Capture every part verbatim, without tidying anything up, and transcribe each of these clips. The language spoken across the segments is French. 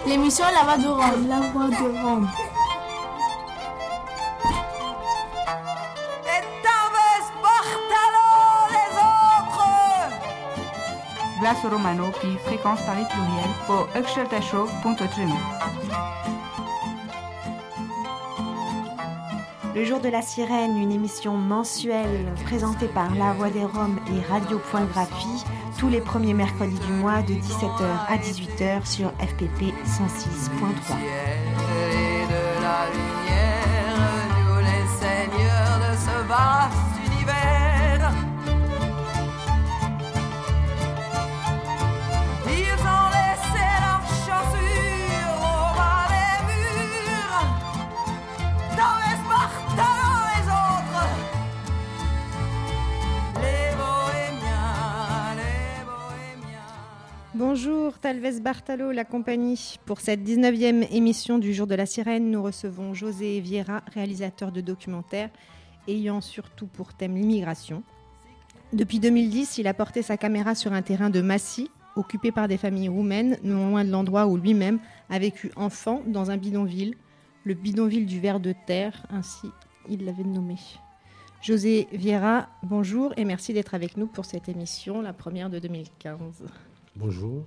L'émission La Voix de Rome. La Voix de Rome. Glasul Romano pe fréquence Paris pluriel po exceltashow punto trino. Le jour de la sirène, une émission mensuelle présentée par La Voix des Roms et Radio.graphie tous les premiers mercredis du mois de dix-sept heures à dix-huit heures sur F P P cent six point trois. De la lumière, nous les seigneurs de ce vaste univers. Ils ont laissé leur chaussure au bas des murs. Dans les Spartans, les autres, les bohémiens, les bohémiens. Bonjour Talvez Bartalo, la compagnie. Pour cette dix-neuvième émission du Jour de la Sirène, nous recevons José Vieira, réalisateur de documentaires ayant surtout pour thème l'immigration. Depuis deux mille dix, il a porté sa caméra sur un terrain de Massy, occupé par des familles roumaines, non loin de l'endroit où lui-même a vécu enfant dans un bidonville, le bidonville du ver de terre, ainsi il l'avait nommé. José Vieira, bonjour et merci d'être avec nous pour cette émission, la première de deux mille quinze. Bonjour.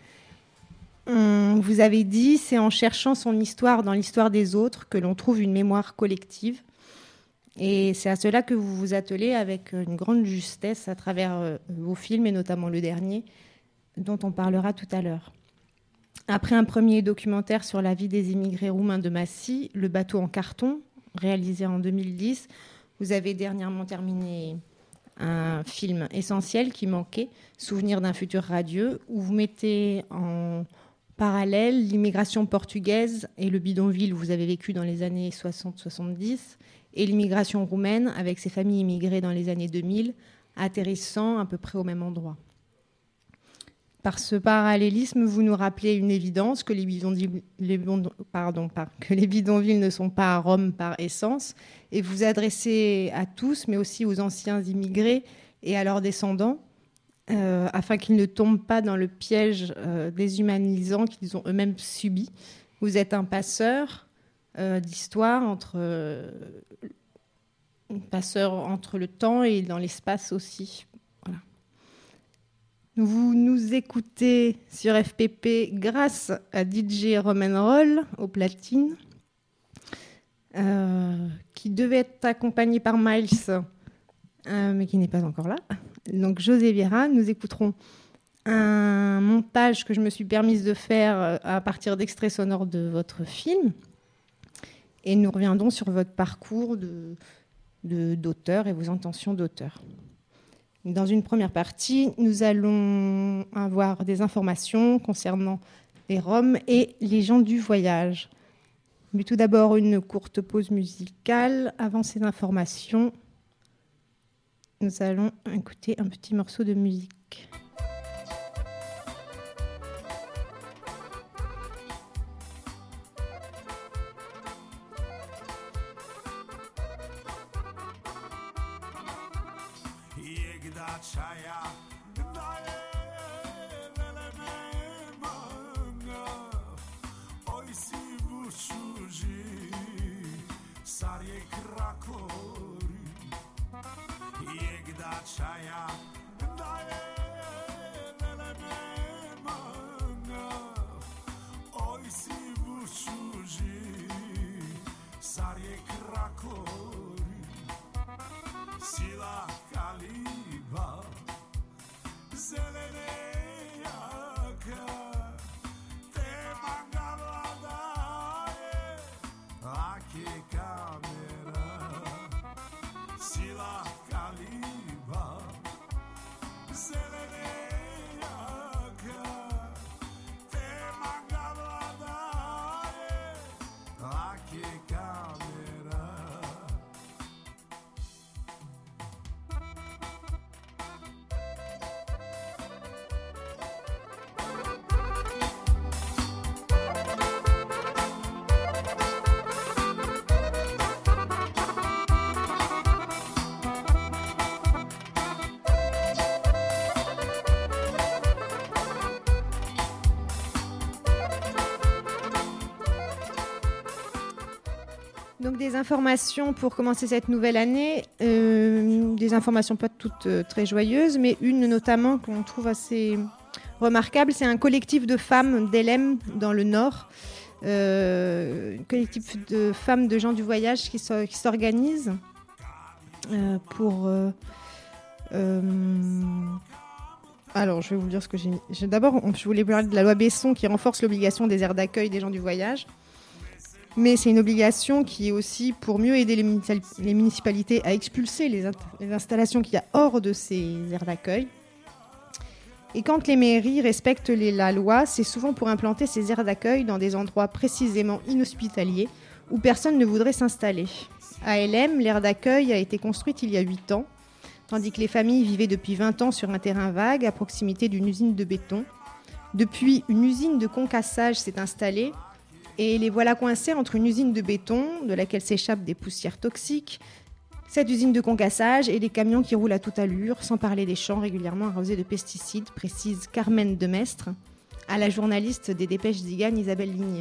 Hum, vous avez dit, c'est en cherchant son histoire dans l'histoire des autres que l'on trouve une mémoire collective. Et c'est à cela que vous vous attelez avec une grande justesse à travers euh, vos films, et notamment le dernier, dont on parlera tout à l'heure. Après un premier documentaire sur la vie des immigrés roumains de Massy, Le bateau en carton, réalisé en deux mille dix, vous avez dernièrement terminé un film essentiel qui manquait, Souvenir d'un futur radieux, où vous mettez en parallèle l'immigration portugaise et le bidonville où vous avez vécu dans les années soixante soixante-dix, et l'immigration roumaine avec ses familles immigrées dans les années deux mille, atterrissant à peu près au même endroit. Par ce parallélisme, vous nous rappelez une évidence, que les bidonvilles, les, pardon, que les bidonvilles ne sont pas à Rome par essence, et vous adressez à tous, mais aussi aux anciens immigrés et à leurs descendants, euh, afin qu'ils ne tombent pas dans le piège euh, déshumanisant qu'ils ont eux-mêmes subi. Vous êtes un passeur euh, d'histoire, entre, euh, passeur entre le temps et dans l'espace aussi. Voilà. Vous nous écoutez sur F P P grâce à D J Romanroll au platine, euh, qui devait être accompagné par Miles, euh, mais qui n'est pas encore là. Donc José Vieira, nous écouterons un montage que je me suis permise de faire à partir d'extraits sonores de votre film, et nous reviendrons sur votre parcours de, de, d'auteur et vos intentions d'auteur. Dans une première partie, nous allons avoir des informations concernant les Roms et les gens du voyage. Mais tout d'abord, une courte pause musicale. Avant ces informations, nous allons écouter un petit morceau de musique. Sila Kaliba Donc des informations pour commencer cette nouvelle année, euh, des informations pas toutes euh, très joyeuses, mais une notamment qu'on trouve assez remarquable, c'est un collectif de femmes d'Elem dans le Nord, euh, un collectif de femmes de gens du voyage qui, so- qui s'organisent euh, pour... Euh, euh, alors je vais vous dire ce que j'ai mis. J'ai, d'abord, je voulais parler de la loi Besson qui renforce l'obligation des aires d'accueil des gens du voyage. Mais c'est une obligation qui est aussi pour mieux aider les, munici- les municipalités à expulser les, int- les installations qu'il y a hors de ces aires d'accueil. Et quand les mairies respectent les, la loi, c'est souvent pour implanter ces aires d'accueil dans des endroits précisément inhospitaliers où personne ne voudrait s'installer. À L M, l'aire d'accueil a été construite il y a huit ans, tandis que les familles vivaient depuis vingt ans sur un terrain vague à proximité d'une usine de béton. Depuis, une usine de concassage s'est installée. Et les voilà coincés entre une usine de béton, de laquelle s'échappent des poussières toxiques, cette usine de concassage et les camions qui roulent à toute allure, sans parler des champs régulièrement arrosés de pesticides, précise Carmen Demestre, à la journaliste des Dépêches Zigane, Isabelle Ligné.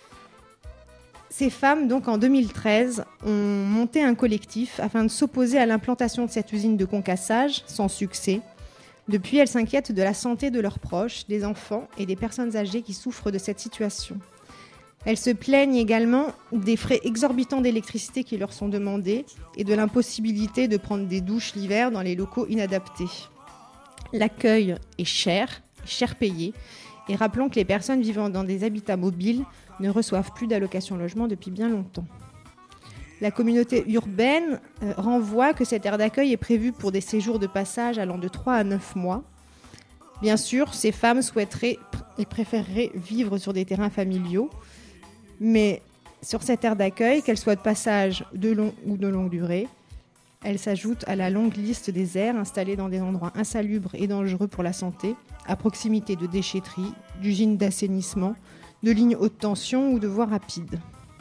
Ces femmes, donc en deux mille treize, ont monté un collectif afin de s'opposer à l'implantation de cette usine de concassage, sans succès. Depuis, elles s'inquiètent de la santé de leurs proches, des enfants et des personnes âgées qui souffrent de cette situation. Elles se plaignent également des frais exorbitants d'électricité qui leur sont demandés et de l'impossibilité de prendre des douches l'hiver dans les locaux inadaptés. L'accueil est cher, cher payé, et rappelons que les personnes vivant dans des habitats mobiles ne reçoivent plus d'allocation logement depuis bien longtemps. La communauté urbaine euh, renvoie que cette aire d'accueil est prévue pour des séjours de passage allant de trois à neuf mois. Bien sûr, ces femmes souhaiteraient et préféreraient vivre sur des terrains familiaux, mais sur cette aire d'accueil, qu'elle soit de passage de long ou de longue durée, elle s'ajoute à la longue liste des aires installées dans des endroits insalubres et dangereux pour la santé, à proximité de déchetteries, d'usines d'assainissement, de lignes haute tension ou de voies rapides.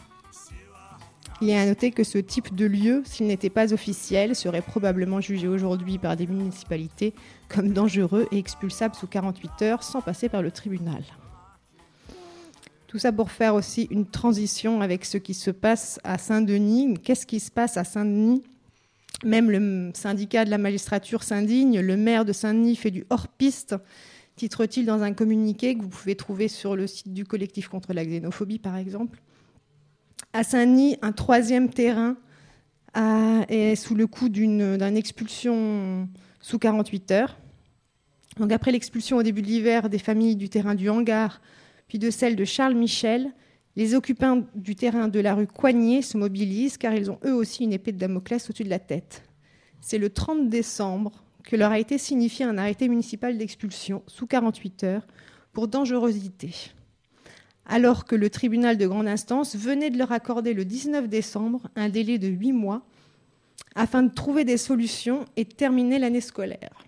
Il est à noter que ce type de lieu, s'il n'était pas officiel, serait probablement jugé aujourd'hui par des municipalités comme dangereux et expulsable sous quarante-huit heures sans passer par le tribunal. Tout ça pour faire aussi une transition avec ce qui se passe à Saint-Denis. Qu'est-ce qui se passe à Saint-Denis ? Même le syndicat de la magistrature s'indigne. Le maire de Saint-Denis fait du hors-piste, titre-t-il dans un communiqué que vous pouvez trouver sur le site du collectif contre la xénophobie, par exemple. À Saint-Denis, un troisième terrain a, est sous le coup d'une, d'une expulsion sous quarante-huit heures. Donc après l'expulsion au début de l'hiver des familles du terrain du Hangar, puis de celle de Charles Michel, les occupants du terrain de la rue Coignet se mobilisent car ils ont eux aussi une épée de Damoclès au-dessus de la tête. C'est le trente décembre que leur a été signifié un arrêté municipal d'expulsion sous quarante-huit heures pour dangerosité, alors que le tribunal de grande instance venait de leur accorder le dix-neuf décembre un délai de huit mois afin de trouver des solutions et de terminer l'année scolaire.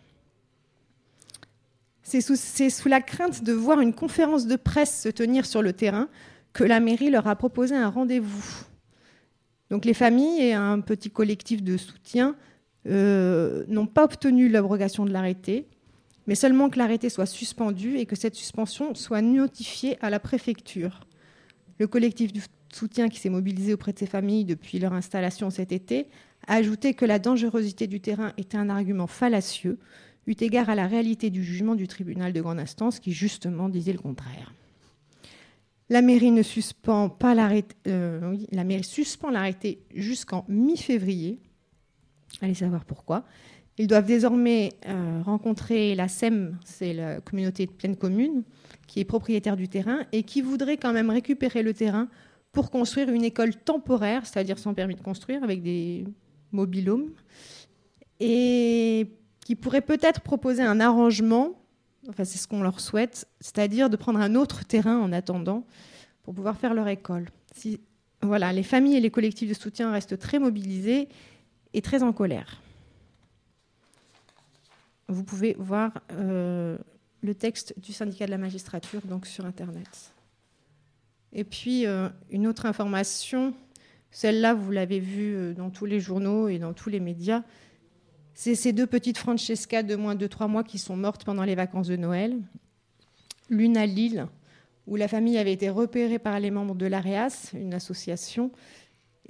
C'est sous, c'est sous la crainte de voir une conférence de presse se tenir sur le terrain que la mairie leur a proposé un rendez-vous. Donc les familles et un petit collectif de soutien euh, n'ont pas obtenu l'abrogation de l'arrêté, mais seulement que l'arrêté soit suspendu et que cette suspension soit notifiée à la préfecture. Le collectif de soutien qui s'est mobilisé auprès de ces familles depuis leur installation cet été a ajouté que la dangerosité du terrain était un argument fallacieux, eu égard à la réalité du jugement du tribunal de grande instance qui justement disait le contraire. La mairie ne suspend pas l'arrêté, euh, oui, la mairie suspend l'arrêté jusqu'en mi-février. Allez savoir pourquoi. Ils doivent désormais euh, rencontrer la S E M, c'est la communauté de pleine commune, qui est propriétaire du terrain et qui voudrait quand même récupérer le terrain pour construire une école temporaire, c'est-à-dire sans permis de construire, avec des mobil-homes, et qui pourrait peut-être proposer un arrangement, enfin c'est ce qu'on leur souhaite, c'est-à-dire de prendre un autre terrain en attendant pour pouvoir faire leur école. Si, voilà, les familles et les collectifs de soutien restent très mobilisés et très en colère. Vous pouvez voir euh, le texte du syndicat de la magistrature donc sur Internet. Et puis, euh, une autre information, celle-là, vous l'avez vue dans tous les journaux et dans tous les médias, c'est ces deux petites Francesca de moins de trois mois qui sont mortes pendant les vacances de Noël. L'une à Lille, où la famille avait été repérée par les membres de l'A R E A S, une association,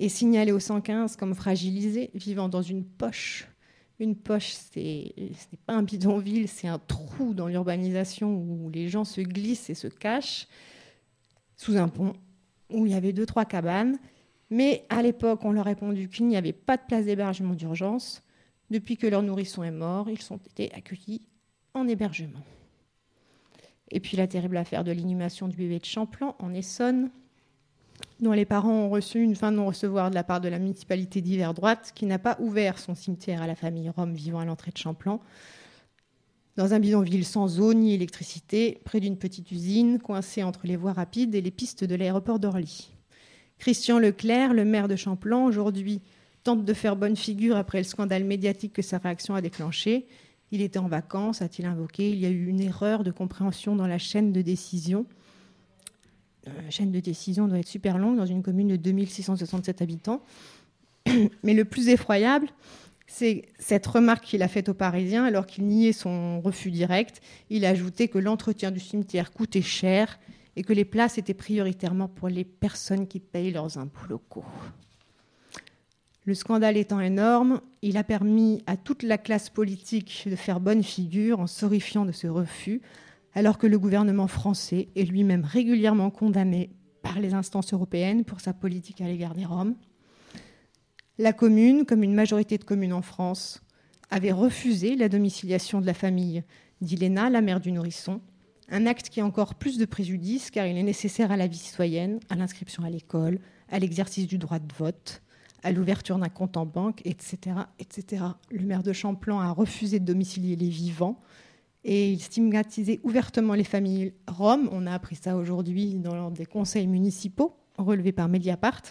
est signalé au cent quinze comme fragilisé, vivant dans une poche. Une poche, c'est, ce n'est pas un bidonville, c'est un trou dans l'urbanisation où les gens se glissent et se cachent sous un pont où il y avait deux, trois cabanes. Mais à l'époque, on leur a répondu qu'il n'y avait pas de place d'hébergement d'urgence. Depuis que leur nourrisson est mort, ils ont été accueillis en hébergement. Et puis la terrible affaire de l'inhumation du bébé de Champlan en Essonne, dont les parents ont reçu une fin de non-recevoir de la part de la municipalité d'hiver droite, qui n'a pas ouvert son cimetière à la famille Rom vivant à l'entrée de Champlan, dans un bidonville sans eau ni électricité, près d'une petite usine, coincée entre les voies rapides et les pistes de l'aéroport d'Orly. Christian Leclerc, le maire de Champlan, aujourd'hui tente de faire bonne figure après le scandale médiatique que sa réaction a déclenché. Il était en vacances, a-t-il invoqué. Il y a eu une erreur de compréhension dans la chaîne de décision. La chaîne de décision doit être super longue dans une commune de deux mille six cent soixante-sept habitants. Mais le plus effroyable, c'est cette remarque qu'il a faite aux Parisiens alors qu'il niait son refus direct. Il a ajouté que l'entretien du cimetière coûtait cher et que les places étaient prioritairement pour les personnes qui payent leurs impôts locaux. Le scandale étant énorme, il a permis à toute la classe politique de faire bonne figure en s'horrifiant de ce refus, alors que le gouvernement français est lui-même régulièrement condamné par les instances européennes pour sa politique à l'égard des Roms. La commune, comme une majorité de communes en France, avait refusé la domiciliation de la famille d'Iléna, la mère du nourrisson, un acte qui a encore plus de préjudice car il est nécessaire à la vie citoyenne, à l'inscription à l'école, à l'exercice du droit de vote, à l'ouverture d'un compte en banque, et cetera, et cetera. Le maire de Champlan a refusé de domicilier les vivants et il stigmatisait ouvertement les familles roms. On a appris ça aujourd'hui dans des conseils municipaux relevés par Mediapart.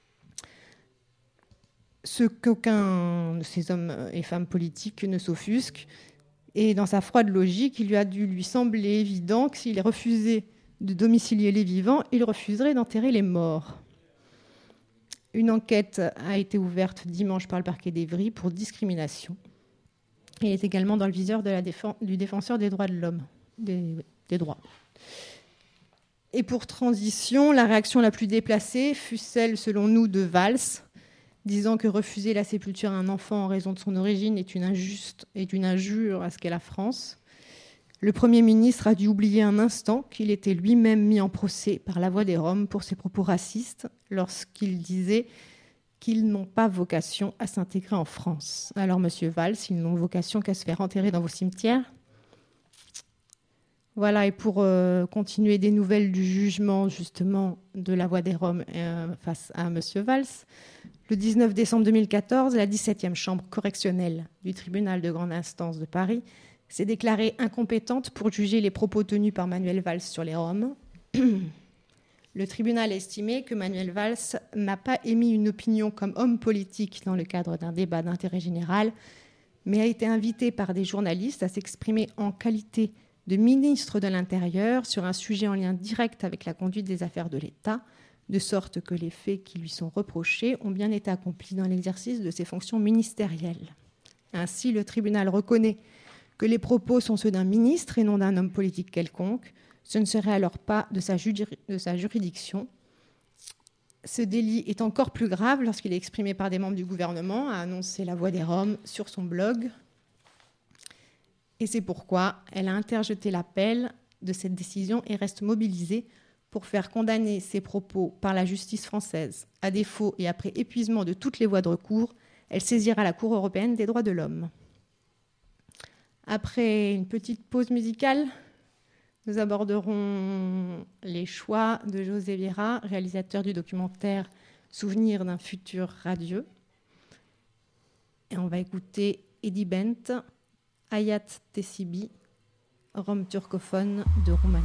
Ce qu'aucun de ces hommes et femmes politiques ne s'offusque. Et dans sa froide logique, il lui a dû lui sembler évident que s'il refusait de domicilier les vivants, il refuserait d'enterrer les morts. Une enquête a été ouverte dimanche par le parquet d'Évry pour discrimination. Il est également dans le viseur de la défense, du défenseur des droits de l'homme, des, des droits. Et pour transition, la réaction la plus déplacée fut celle, selon nous, de Valls, disant que refuser la sépulture à un enfant en raison de son origine est une, injuste, est une injure à ce qu'est la France. Le Premier ministre a dû oublier un instant qu'il était lui-même mis en procès par la Voix des Roms pour ses propos racistes lorsqu'il disait qu'ils n'ont pas vocation à s'intégrer en France. Alors, Monsieur Valls, ils n'ont vocation qu'à se faire enterrer dans vos cimetières. Voilà, et pour euh, continuer des nouvelles du jugement, justement, de la Voix des Roms euh, face à Monsieur Valls, le dix-neuf décembre deux mille quatorze, la dix-septième chambre correctionnelle du tribunal de grande instance de Paris s'est déclarée incompétente pour juger les propos tenus par Manuel Valls sur les Roms. Le tribunal a estimé que Manuel Valls n'a pas émis une opinion comme homme politique dans le cadre d'un débat d'intérêt général, mais a été invité par des journalistes à s'exprimer en qualité de ministre de l'Intérieur sur un sujet en lien direct avec la conduite des affaires de l'État, de sorte que les faits qui lui sont reprochés ont bien été accomplis dans l'exercice de ses fonctions ministérielles. Ainsi, le tribunal reconnaît que les propos sont ceux d'un ministre et non d'un homme politique quelconque. Ce ne serait alors pas de sa, juri- de sa juridiction. Ce délit est encore plus grave lorsqu'il est exprimé par des membres du gouvernement, a annoncé la Voix des Roms sur son blog. Et c'est pourquoi elle a interjeté l'appel de cette décision et reste mobilisée pour faire condamner ces propos par la justice française. À défaut et après épuisement de toutes les voies de recours, elle saisira la Cour européenne des droits de l'homme. Après une petite pause musicale, nous aborderons les choix de José Vieira, réalisateur du documentaire Souvenir d'un futur radieux. Et on va écouter Eddie Bent, Hayat Tessibi, Rom turcophone de Roumanie.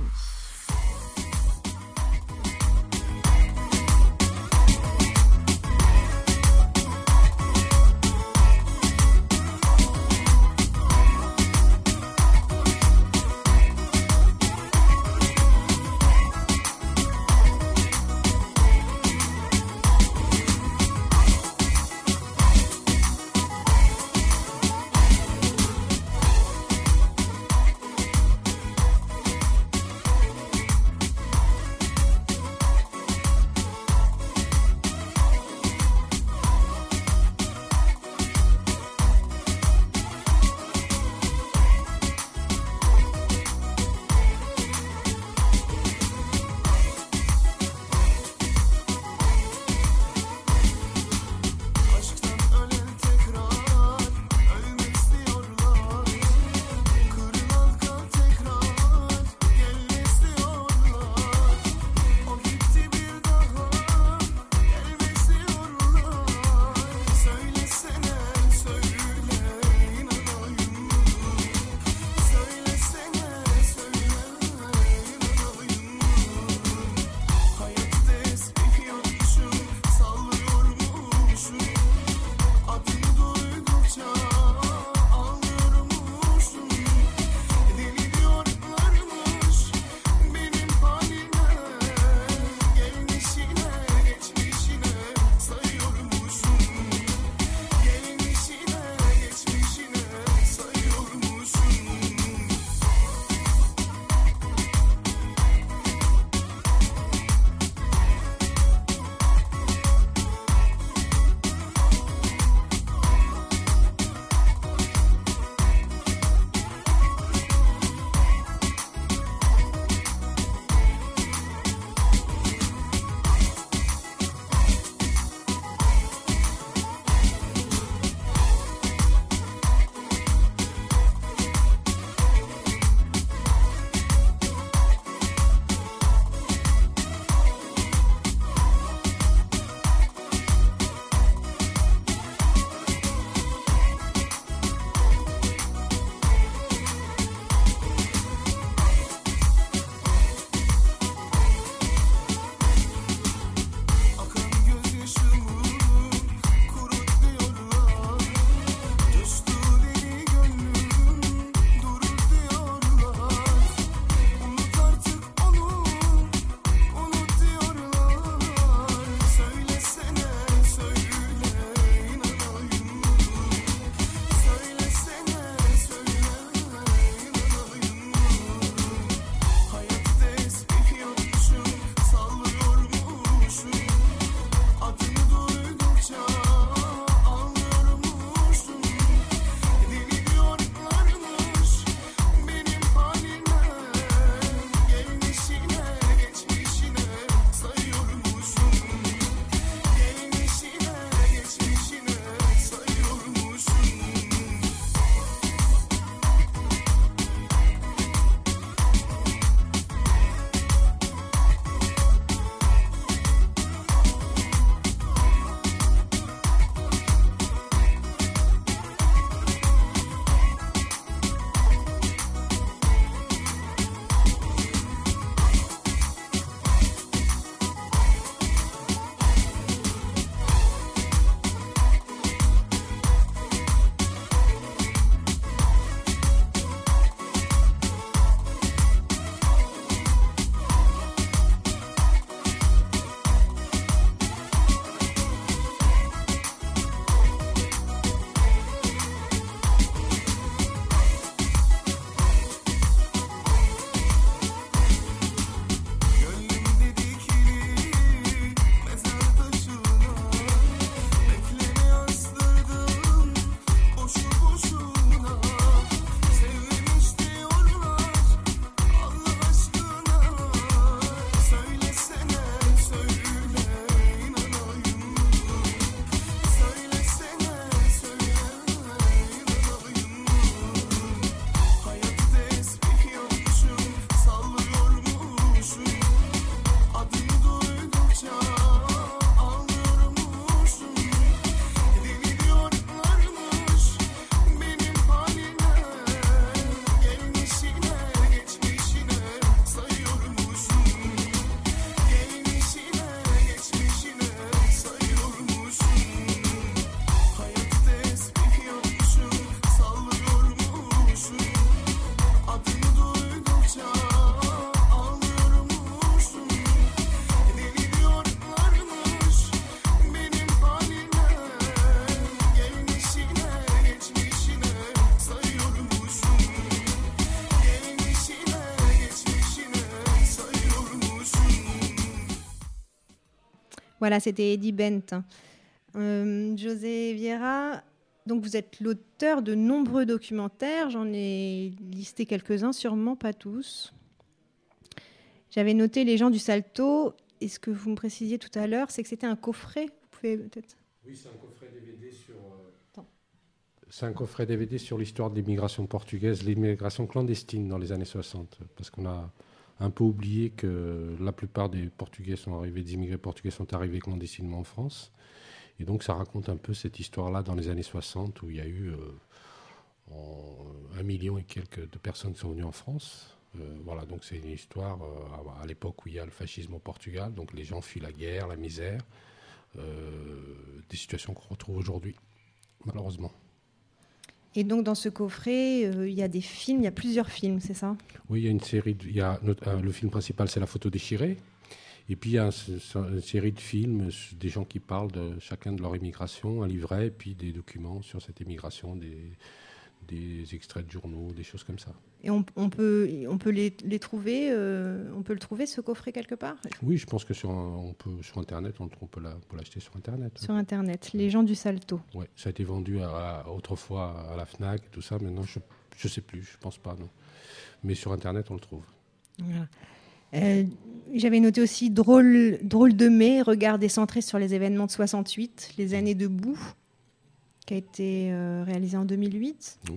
Voilà, c'était Eddie Bent. Euh, José Vieira, donc vous êtes l'auteur de nombreux documentaires. J'en ai listé quelques-uns, sûrement pas tous. J'avais noté Les gens du Salto. Et ce que vous me précisiez tout à l'heure, c'est que c'était un coffret. Vous pouvez peut-être... Oui, c'est un coffret D V D sur... Euh... C'est un coffret D V D sur l'histoire de l'immigration portugaise, l'immigration clandestine dans les années soixante. Parce qu'on a un peu oublié que la plupart des Portugais sont arrivés, des immigrés portugais sont arrivés clandestinement en France. Et donc ça raconte un peu cette histoire-là dans les années soixante où il y a eu euh, en, un million et quelques de personnes qui sont venues en France. Euh, voilà, donc c'est une histoire euh, à l'époque où il y a le fascisme au Portugal. Donc les gens fuient la guerre, la misère, euh, des situations qu'on retrouve aujourd'hui, malheureusement. Et donc dans ce coffret, euh, il y a des films, il y a plusieurs films, c'est ça ? Oui, il y a une série. De, il y a notre, euh, le film principal, c'est La photo déchirée. Et puis il y a un, une série de films, des gens qui parlent de chacun de leur immigration, un livret, et puis des documents sur cette immigration, des, des extraits de journaux, des choses comme ça. Et on, on peut, on peut les, les trouver, euh, on peut le trouver ce coffret quelque part ? Oui, je pense que sur, on peut, sur Internet, on, on peut, la, on peut l'acheter sur Internet. Sur Internet, Les gens du Salto. Oui, ça a été vendu à, à, autrefois à la Fnac et tout ça. Maintenant, je ne sais plus, je ne pense pas, non. Mais sur Internet, on le trouve. Voilà. Euh, j'avais noté aussi Drôle, Drôle de mai, regard décentré sur les événements de soixante-huit, les années de boue, qui a été euh, réalisé en deux mille huit. Mmh.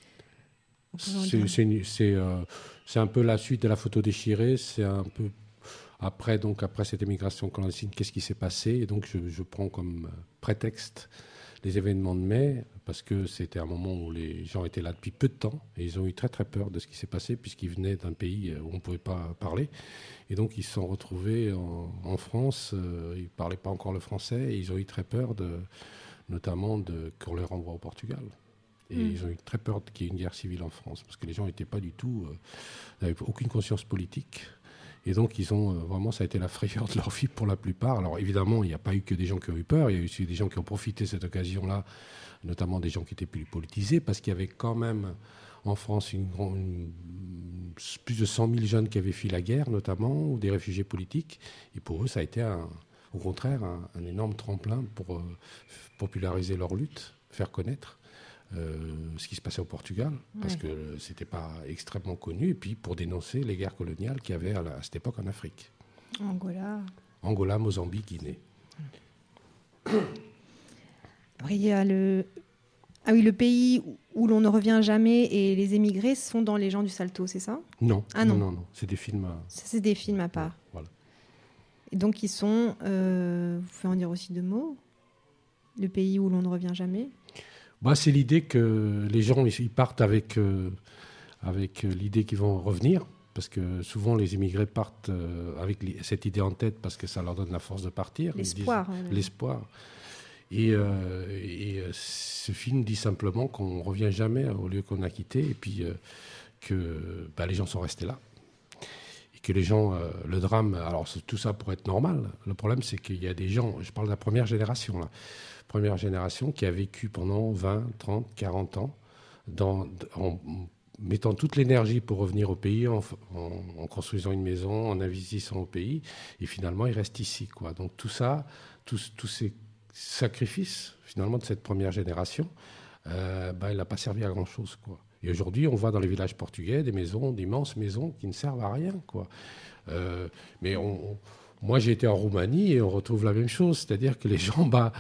C'est, c'est, c'est, euh, c'est un peu la suite de La photo déchirée. C'est un peu après, donc, après cette émigration clandestine, qu'est-ce qui s'est passé ? Et donc, je, je prends comme prétexte les événements de mai, parce que c'était un moment où les gens étaient là depuis peu de temps, et ils ont eu très très peur de ce qui s'est passé, puisqu'ils venaient d'un pays où on ne pouvait pas parler. Et donc, ils se sont retrouvés en, en France, euh, ils ne parlaient pas encore le français, et ils ont eu très peur, de, notamment de, qu'on les renvoie au Portugal. Et mmh. ils ont eu très peur qu'il y ait une guerre civile en France, parce que les gens n'étaient pas du tout, euh, n'avaient aucune conscience politique. Et donc, ils ont, euh, vraiment, ça a été la frayeur de leur vie pour la plupart. Alors, évidemment, il n'y a pas eu que des gens qui ont eu peur, il y a eu aussi des gens qui ont profité de cette occasion-là, notamment des gens qui étaient plus politisés, parce qu'il y avait quand même en France une, une, plus de cent mille jeunes qui avaient fui la guerre, notamment, ou des réfugiés politiques. Et pour eux, ça a été, un, au contraire, un, un énorme tremplin pour euh, populariser leur lutte, faire connaître. Euh, ce qui se passait au Portugal, ouais. Parce que c'était pas extrêmement connu, et puis pour dénoncer les guerres coloniales qu'il y avait à, la, à cette époque en Afrique. Angola. Angola, Mozambique, Guinée. Après, il y a le... Ah oui, le pays où l'on ne revient jamais et les émigrés sont dans Les gens du Salto, c'est ça ? Non, ah, non. non, non, non, c'est des films à... Ça, c'est des films à part. Voilà. Et donc, ils sont... Euh... Vous pouvez en dire aussi deux mots ? Le pays où l'on ne revient jamais ? Bah, c'est l'idée que les gens ils partent avec, euh, avec l'idée qu'ils vont revenir, parce que souvent les immigrés partent euh, avec cette idée en tête parce que ça leur donne la force de partir. L'espoir. Disent, hein, l'espoir. Et, euh, et ce film dit simplement qu'on ne revient jamais au lieu qu'on a quitté, et puis euh, que bah, les gens sont restés là. Et que les gens, euh, le drame, alors tout ça pourrait être normal. Le problème, c'est qu'il y a des gens, je parle de la première génération là, première génération qui a vécu pendant vingt, trente, quarante ans dans, en mettant toute l'énergie pour revenir au pays, en, en, en construisant une maison, en investissant au pays, et finalement ils restent ici, quoi. Donc tout ça, tous, tous ces sacrifices finalement de cette première génération, euh, bah, il n'a pas servi à grand chose, quoi. Et aujourd'hui, on voit dans les villages portugais des maisons, d'immenses maisons qui ne servent à rien, quoi. Euh, mais on, on, moi j'ai été en Roumanie et on retrouve la même chose, c'est-à-dire que les gens, bah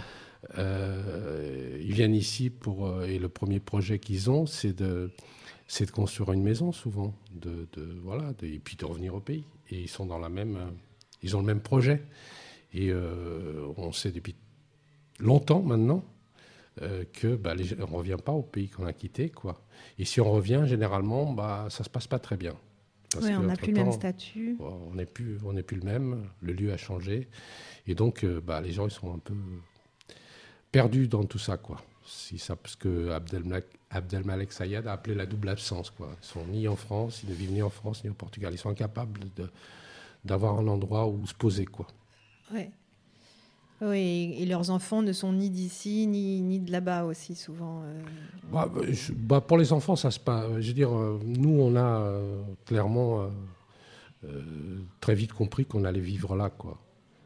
Euh, ils viennent ici pour euh, et le premier projet qu'ils ont, c'est de c'est de construire une maison souvent, de, de voilà, de, et puis de revenir au pays. Et ils sont dans la même, euh, ils ont le même projet. Et euh, on sait depuis longtemps maintenant euh, que bah, les, on revient pas au pays qu'on a quitté, quoi. Et si on revient, généralement, bah ça se passe pas très bien. Oui, on n'a plus le même statut. On n'est plus on n'est plus le même. Le lieu a changé. Et donc, euh, bah les gens ils sont un peu perdu dans tout ça, quoi. Si ça, parce que Abdelmalek, Abdelmalek Sayad a appelé la double absence, quoi. Ils sont ni en France, ils ne vivent ni en France ni au Portugal. Ils sont incapables de, d'avoir un endroit où se poser, quoi. Ouais. Oui, et leurs enfants ne sont ni d'ici ni, ni de là-bas aussi souvent. Euh... Bah, je, bah, pour les enfants, ça se passe. Je veux dire, nous, on a euh, clairement euh, euh, très vite compris qu'on allait vivre là, quoi.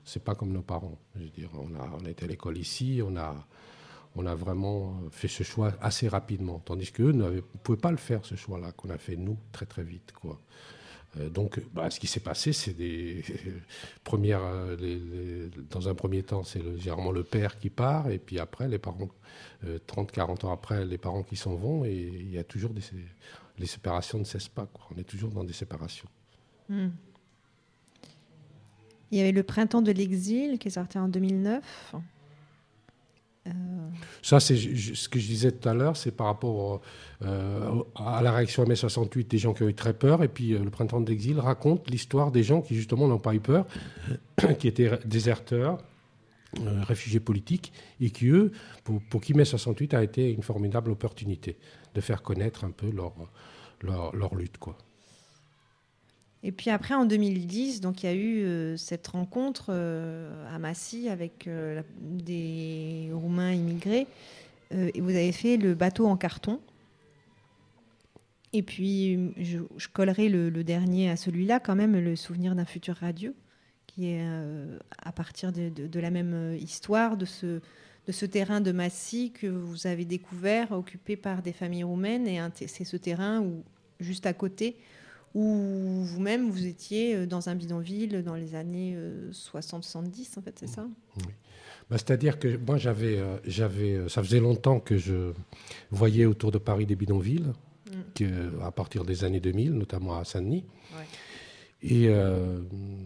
c'est pas comme nos parents. Je veux dire, on a, on a été à l'école ici, on a, on a vraiment fait ce choix assez rapidement. Tandis qu'eux ne pouvaient pas le faire, ce choix-là, qu'on a fait nous très très vite, quoi. Euh, donc, bah, ce qui s'est passé, c'est des premières. Euh, les, les, dans un premier temps, c'est le, généralement le père qui part, et puis après, les parents, euh, trente, quarante ans après, les parents qui s'en vont, et il y a toujours des. Les séparations ne cessent pas, quoi. On est toujours dans des séparations. Mmh. Il y avait Le Printemps de l'exil qui est sorti en deux mille neuf. Euh... Ça, c'est ce que je disais tout à l'heure, c'est par rapport euh, à la réaction à mai soixante-huit des gens qui ont eu très peur. Et puis, euh, Le Printemps de l'exil raconte l'histoire des gens qui, justement, n'ont pas eu peur, qui étaient déserteurs, euh, réfugiés politiques, et qui, eux, pour, pour qui mai soixante-huit a été une formidable opportunité de faire connaître un peu leur, leur, leur lutte, quoi. Et puis après, en deux mille dix, donc, il y a eu euh, cette rencontre euh, à Massy avec euh, la, des Roumains immigrés. Euh, et vous avez fait Le Bateau en carton. Et puis, je, je collerai le, le dernier à celui-là, quand même, Le Souvenir d'un futur radieux, qui est euh, à partir de, de, de la même histoire, de ce, de ce terrain de Massy que vous avez découvert, occupé par des familles roumaines. Et un, c'est ce terrain où, juste à côté, où vous-même, vous étiez dans un bidonville dans les années soixante soixante-dix, en fait, c'est ça ? Oui. Bah, c'est-à-dire que moi, j'avais, euh, j'avais, ça faisait longtemps que je voyais autour de Paris des bidonvilles, mm. que, à partir des années deux mille, notamment à Saint-Denis. Ouais. Et euh,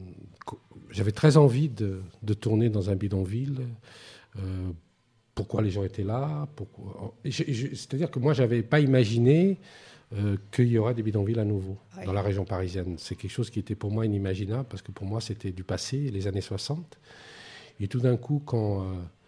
j'avais très envie de, de tourner dans un bidonville. Euh, pourquoi les gens étaient là, pourquoi... je, je, c'est-à-dire que moi, je n'avais pas imaginé... Euh, qu'il y aura des bidonvilles à nouveau ouais. dans la région parisienne. C'est quelque chose qui était pour moi inimaginable, parce que pour moi, c'était du passé, les années soixante. Et tout d'un coup, quand, euh,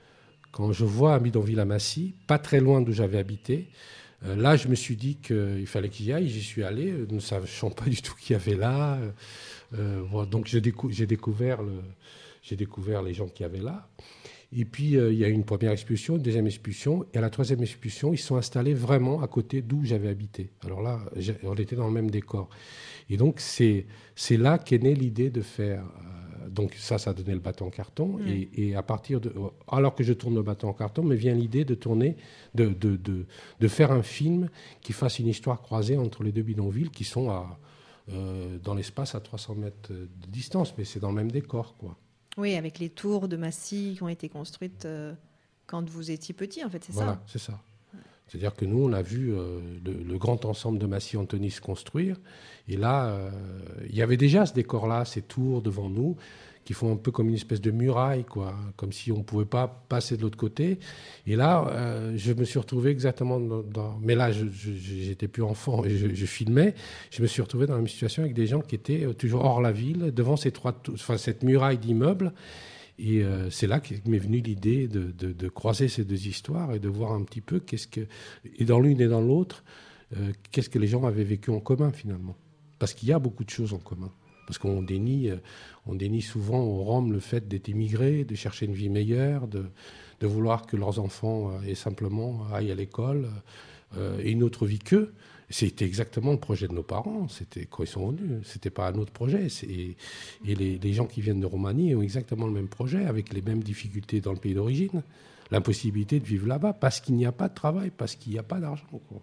quand je vois un bidonville à Massy, pas très loin d'où j'avais habité, euh, là, je me suis dit qu'il fallait qu'il y aille. J'y suis allé, euh, ne sachant pas du tout qu'il y avait là. Euh, voilà, donc, j'ai, décou- j'ai, découvert le, j'ai découvert les gens qu'il y avait là. Et puis, euh, il y a eu une première expulsion, une deuxième expulsion. Et à la troisième expulsion, ils se sont installés vraiment à côté d'où j'avais habité. Alors là, on était dans le même décor. Et donc, c'est, c'est là qu'est née l'idée de faire... Euh, donc ça, ça a donné Le Bateau en carton. Mmh. Et, et à partir de... Alors que je tourne Le Bateau en carton, me vient l'idée de tourner, de, de, de, de faire un film qui fasse une histoire croisée entre les deux bidonvilles qui sont à, euh, dans l'espace à trois cents mètres de distance. Mais c'est dans le même décor, quoi. Oui, avec les tours de Massy qui ont été construites euh, quand vous étiez petit, en fait, c'est voilà, ça ? Voilà, c'est ça. C'est-à-dire que nous, on a vu euh, le, le grand ensemble de Massy-Antony se construire. Et là, euh, il y avait déjà ce décor-là, ces tours devant nous, qui font un peu comme une espèce de muraille, quoi, comme si on ne pouvait pas passer de l'autre côté. Et là, euh, je me suis retrouvé exactement dans... dans mais là, je, je, j'étais plus enfant et je, je filmais. Je me suis retrouvé dans la même situation avec des gens qui étaient toujours hors la ville, devant ces trois, enfin, cette muraille d'immeubles. Et euh, c'est là que m'est venue l'idée de, de, de croiser ces deux histoires et de voir un petit peu qu'est-ce que... Et dans l'une et dans l'autre, euh, qu'est-ce que les gens avaient vécu en commun, finalement. Parce qu'il y a beaucoup de choses en commun. Parce qu'on dénie, on dénie souvent aux Roms le fait d'être immigrés, de chercher une vie meilleure, de, de vouloir que leurs enfants aient simplement aillent à l'école euh, et une autre vie qu'eux. C'était exactement le projet de nos parents. C'était quand ils sont venus. C'était pas un autre projet. C'est, et les, les gens qui viennent de Roumanie ont exactement le même projet, avec les mêmes difficultés dans le pays d'origine. L'impossibilité de vivre là-bas parce qu'il n'y a pas de travail, parce qu'il n'y a pas d'argent, quoi.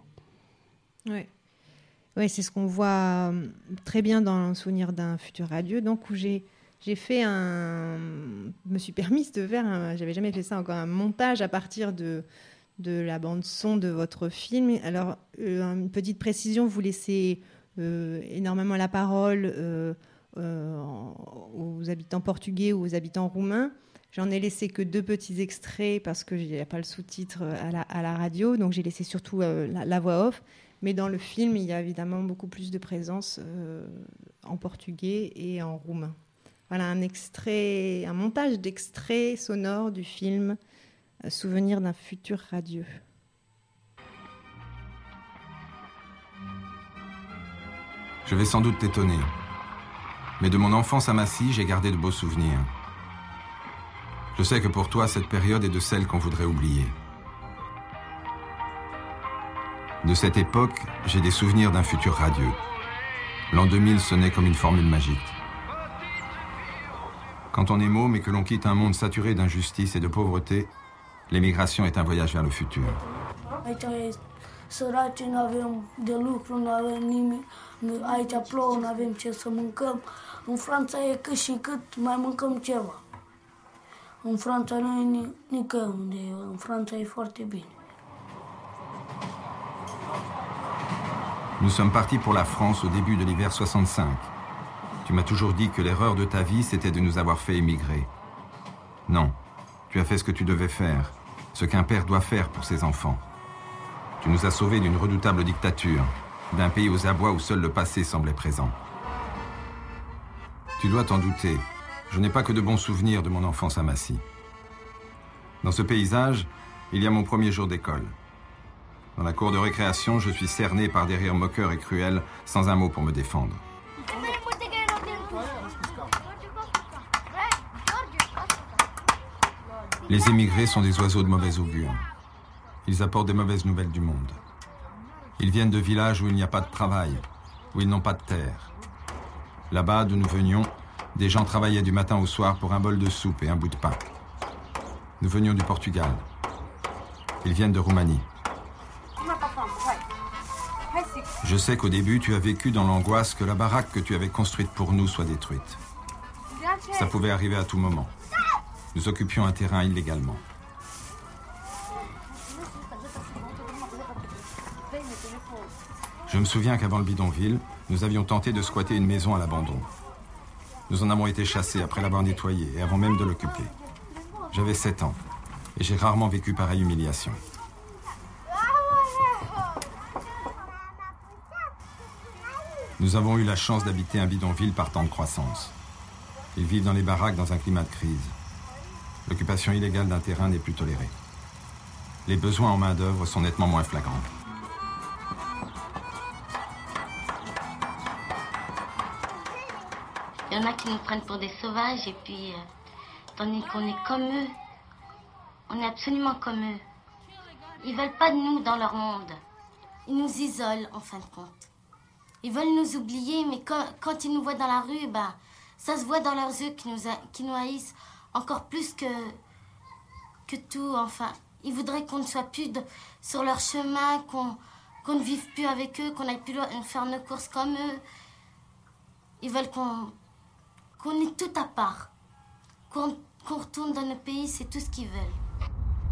Oui. Oui, c'est ce qu'on voit très bien dans Le Souvenir d'un futur radieux, donc où j'ai, j'ai fait un... Je me suis permise de faire, un, j'avais jamais fait ça encore, un montage à partir de, de la bande-son de votre film. Alors, euh, une petite précision, vous laissez euh, énormément la parole euh, euh, aux habitants portugais ou aux habitants roumains. J'en ai laissé que deux petits extraits parce qu'il n'y a pas le sous-titre à la, à la radio, donc j'ai laissé surtout euh, la, la voix off. Mais dans le film, il y a évidemment beaucoup plus de présence euh, en portugais et en roumain. Voilà un extrait, un montage d'extraits sonores du film euh, Souvenir d'un futur radieux. Je vais sans doute t'étonner, mais de mon enfance à Massy, j'ai gardé de beaux souvenirs. Je sais que pour toi, cette période est de celles qu'on voudrait oublier. De cette époque, j'ai des souvenirs d'un futur radieux. L'an deux mille sonnait comme une formule magique. Quand on est môme et que l'on quitte un monde saturé d'injustice et de pauvreté, l'émigration est un voyage vers le futur. Aici e săraci, nu avem de lucru, nu avem nimic. Aici plouă, nu avem ce să mâncăm. În Franța e cât și cât mai mâncăm ceva. În Franța nu e nicăiunde, în Franța e foarte bine. Nous sommes partis pour la France au début de l'hiver soixante-cinq. Tu m'as toujours dit que l'erreur de ta vie, c'était de nous avoir fait émigrer. Non, tu as fait ce que tu devais faire, ce qu'un père doit faire pour ses enfants. Tu nous as sauvés d'une redoutable dictature, d'un pays aux abois où seul le passé semblait présent. Tu dois t'en douter, je n'ai pas que de bons souvenirs de mon enfance à Massy. Dans ce paysage, il y a mon premier jour d'école. Dans la cour de récréation, je suis cerné par des rires moqueurs et cruels, sans un mot pour me défendre. Les émigrés sont des oiseaux de mauvais augure. Ils apportent des mauvaises nouvelles du monde. Ils viennent de villages où il n'y a pas de travail, où ils n'ont pas de terre. Là-bas, d'où nous venions, des gens travaillaient du matin au soir pour un bol de soupe et un bout de pain. Nous venions du Portugal. Ils viennent de Roumanie. Je sais qu'au début, tu as vécu dans l'angoisse que la baraque que tu avais construite pour nous soit détruite. Ça pouvait arriver à tout moment. Nous occupions un terrain illégalement. Je me souviens qu'avant le bidonville, nous avions tenté de squatter une maison à l'abandon. Nous en avons été chassés après l'avoir nettoyée et avant même de l'occuper. J'avais sept ans et j'ai rarement vécu pareille humiliation. Nous avons eu la chance d'habiter un bidonville par temps de croissance. Ils vivent dans les baraques dans un climat de crise. L'occupation illégale d'un terrain n'est plus tolérée. Les besoins en main-d'œuvre sont nettement moins flagrants. Il y en a qui nous prennent pour des sauvages et puis, euh, tandis qu'on est comme eux, on est absolument comme eux. Ils veulent pas de nous dans leur monde. Ils nous isolent en fin de compte. Ils veulent nous oublier, mais quand, quand ils nous voient dans la rue, bah, ça se voit dans leurs yeux qu'ils nous, qu'ils nous haïssent encore plus que, que tout. Enfin, ils voudraient qu'on ne soit plus de, sur leur chemin, qu'on, qu'on ne vive plus avec eux, qu'on n'aille plus faire nos courses comme eux. Ils veulent qu'on, qu'on ait tout à part, qu'on, qu'on retourne dans nos pays, c'est tout ce qu'ils veulent.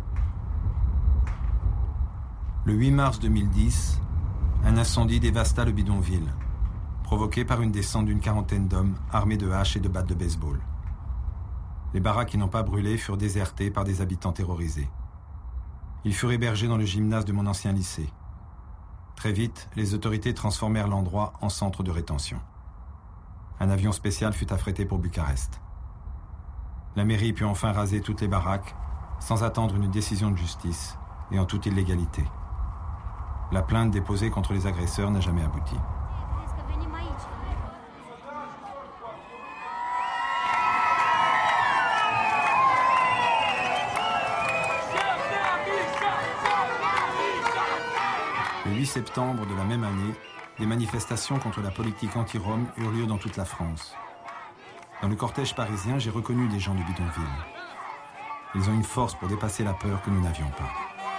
Le huit mars deux mille dix, un incendie dévasta le bidonville, provoqué par une descente d'une quarantaine d'hommes armés de haches et de battes de baseball. Les baraques qui n'ont pas brûlé furent désertées par des habitants terrorisés. Ils furent hébergés dans le gymnase de mon ancien lycée. Très vite, les autorités transformèrent l'endroit en centre de rétention. Un avion spécial fut affrété pour Bucarest. La mairie put enfin raser toutes les baraques, sans attendre une décision de justice et en toute illégalité. La plainte déposée contre les agresseurs n'a jamais abouti. Le huit septembre de la même année, des manifestations contre la politique anti-Rome eurent lieu dans toute la France. Dans le cortège parisien, j'ai reconnu des gens du bidonville. Ils ont une force pour dépasser la peur que nous n'avions pas.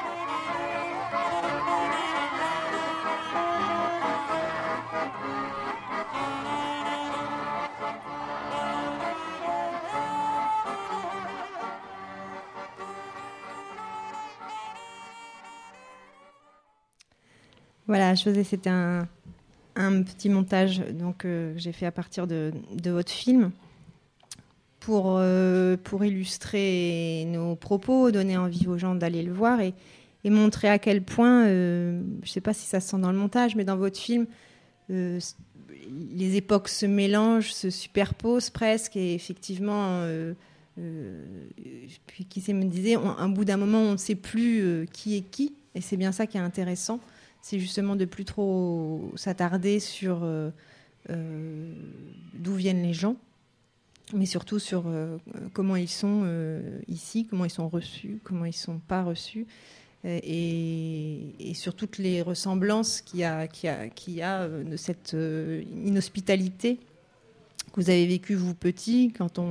Voilà, je faisais, c'était un, un petit montage donc, euh, que j'ai fait à partir de, de votre film pour, euh, pour illustrer nos propos, donner envie aux gens d'aller le voir et, et montrer à quel point, euh, je ne sais pas si ça se sent dans le montage, mais dans votre film, euh, les époques se mélangent, se superposent presque et effectivement, euh, euh, puis qui sait, me disait, on, un bout d'un moment, on ne sait plus euh, qui est qui et c'est bien ça qui est intéressant. C'est justement de plus trop s'attarder sur euh, euh, d'où viennent les gens, mais surtout sur euh, comment ils sont euh, ici, comment ils sont reçus, comment ils ne sont pas reçus, et, et sur toutes les ressemblances qu'il y a, qu'il y a, qu'il y a de cette euh, inhospitalité que vous avez vécue, vous, petit, quand on,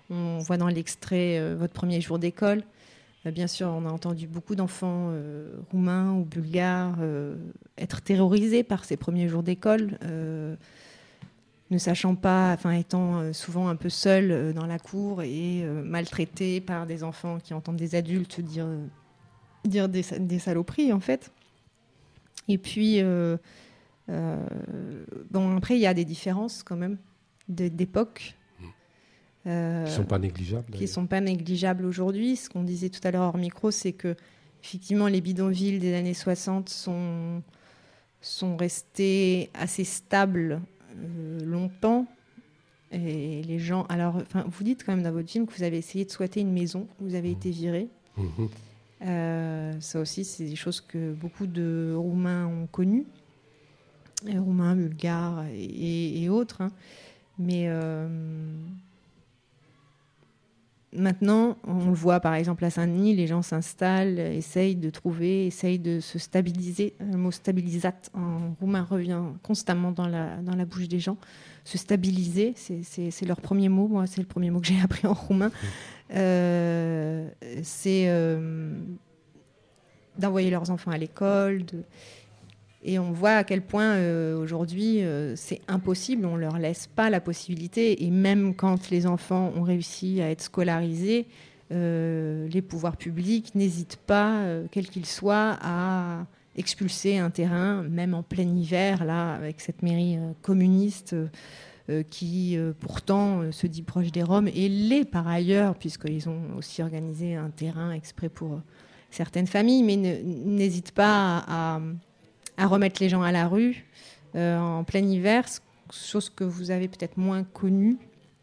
On voit dans l'extrait euh, votre premier jour d'école. Euh, bien sûr, on a entendu beaucoup d'enfants euh, roumains ou bulgares euh, être terrorisés par ces premiers jours d'école, euh, ne sachant pas, enfin étant euh, souvent un peu seuls euh, dans la cour et euh, maltraités par des enfants qui entendent des adultes dire, euh, dire des, des saloperies en fait. Et puis, euh, euh, bon, après, il y a des différences quand même de, d'époque. Euh, qui ne sont pas négligeables. Qui ne sont pas négligeables aujourd'hui. Ce qu'on disait tout à l'heure hors micro, c'est que effectivement, les bidonvilles des années soixante sont, sont restés assez stables euh, longtemps. Et les gens... Alors, enfin, vous dites quand même dans votre film que vous avez essayé de squatter une maison, vous avez été viré. Mmh. Euh, ça aussi, c'est des choses que beaucoup de Roumains ont connues. Et Roumains, Bulgares et, et, et autres. Hein. Mais... Euh, Maintenant, on le voit par exemple à Saint-Denis, les gens s'installent, essayent de trouver, essayent de se stabiliser. Le mot stabilisat en roumain revient constamment dans la, dans la bouche des gens. Se stabiliser, c'est, c'est, c'est leur premier mot. Moi, c'est le premier mot que j'ai appris en roumain. Euh, c'est euh, d'envoyer leurs enfants à l'école. De... Et on voit à quel point euh, aujourd'hui euh, c'est impossible, on ne leur laisse pas la possibilité. Et même quand les enfants ont réussi à être scolarisés, euh, les pouvoirs publics n'hésitent pas, euh, quel qu'il soit, à expulser un terrain, même en plein hiver, là, avec cette mairie euh, communiste euh, qui euh, pourtant euh, se dit proche des Roms, et l'est par ailleurs, puisqu'ils ont aussi organisé un terrain exprès pour euh, certaines familles, mais ne, n'hésitent pas à... à à remettre les gens à la rue euh, en plein hiver, chose que vous avez peut-être moins connue.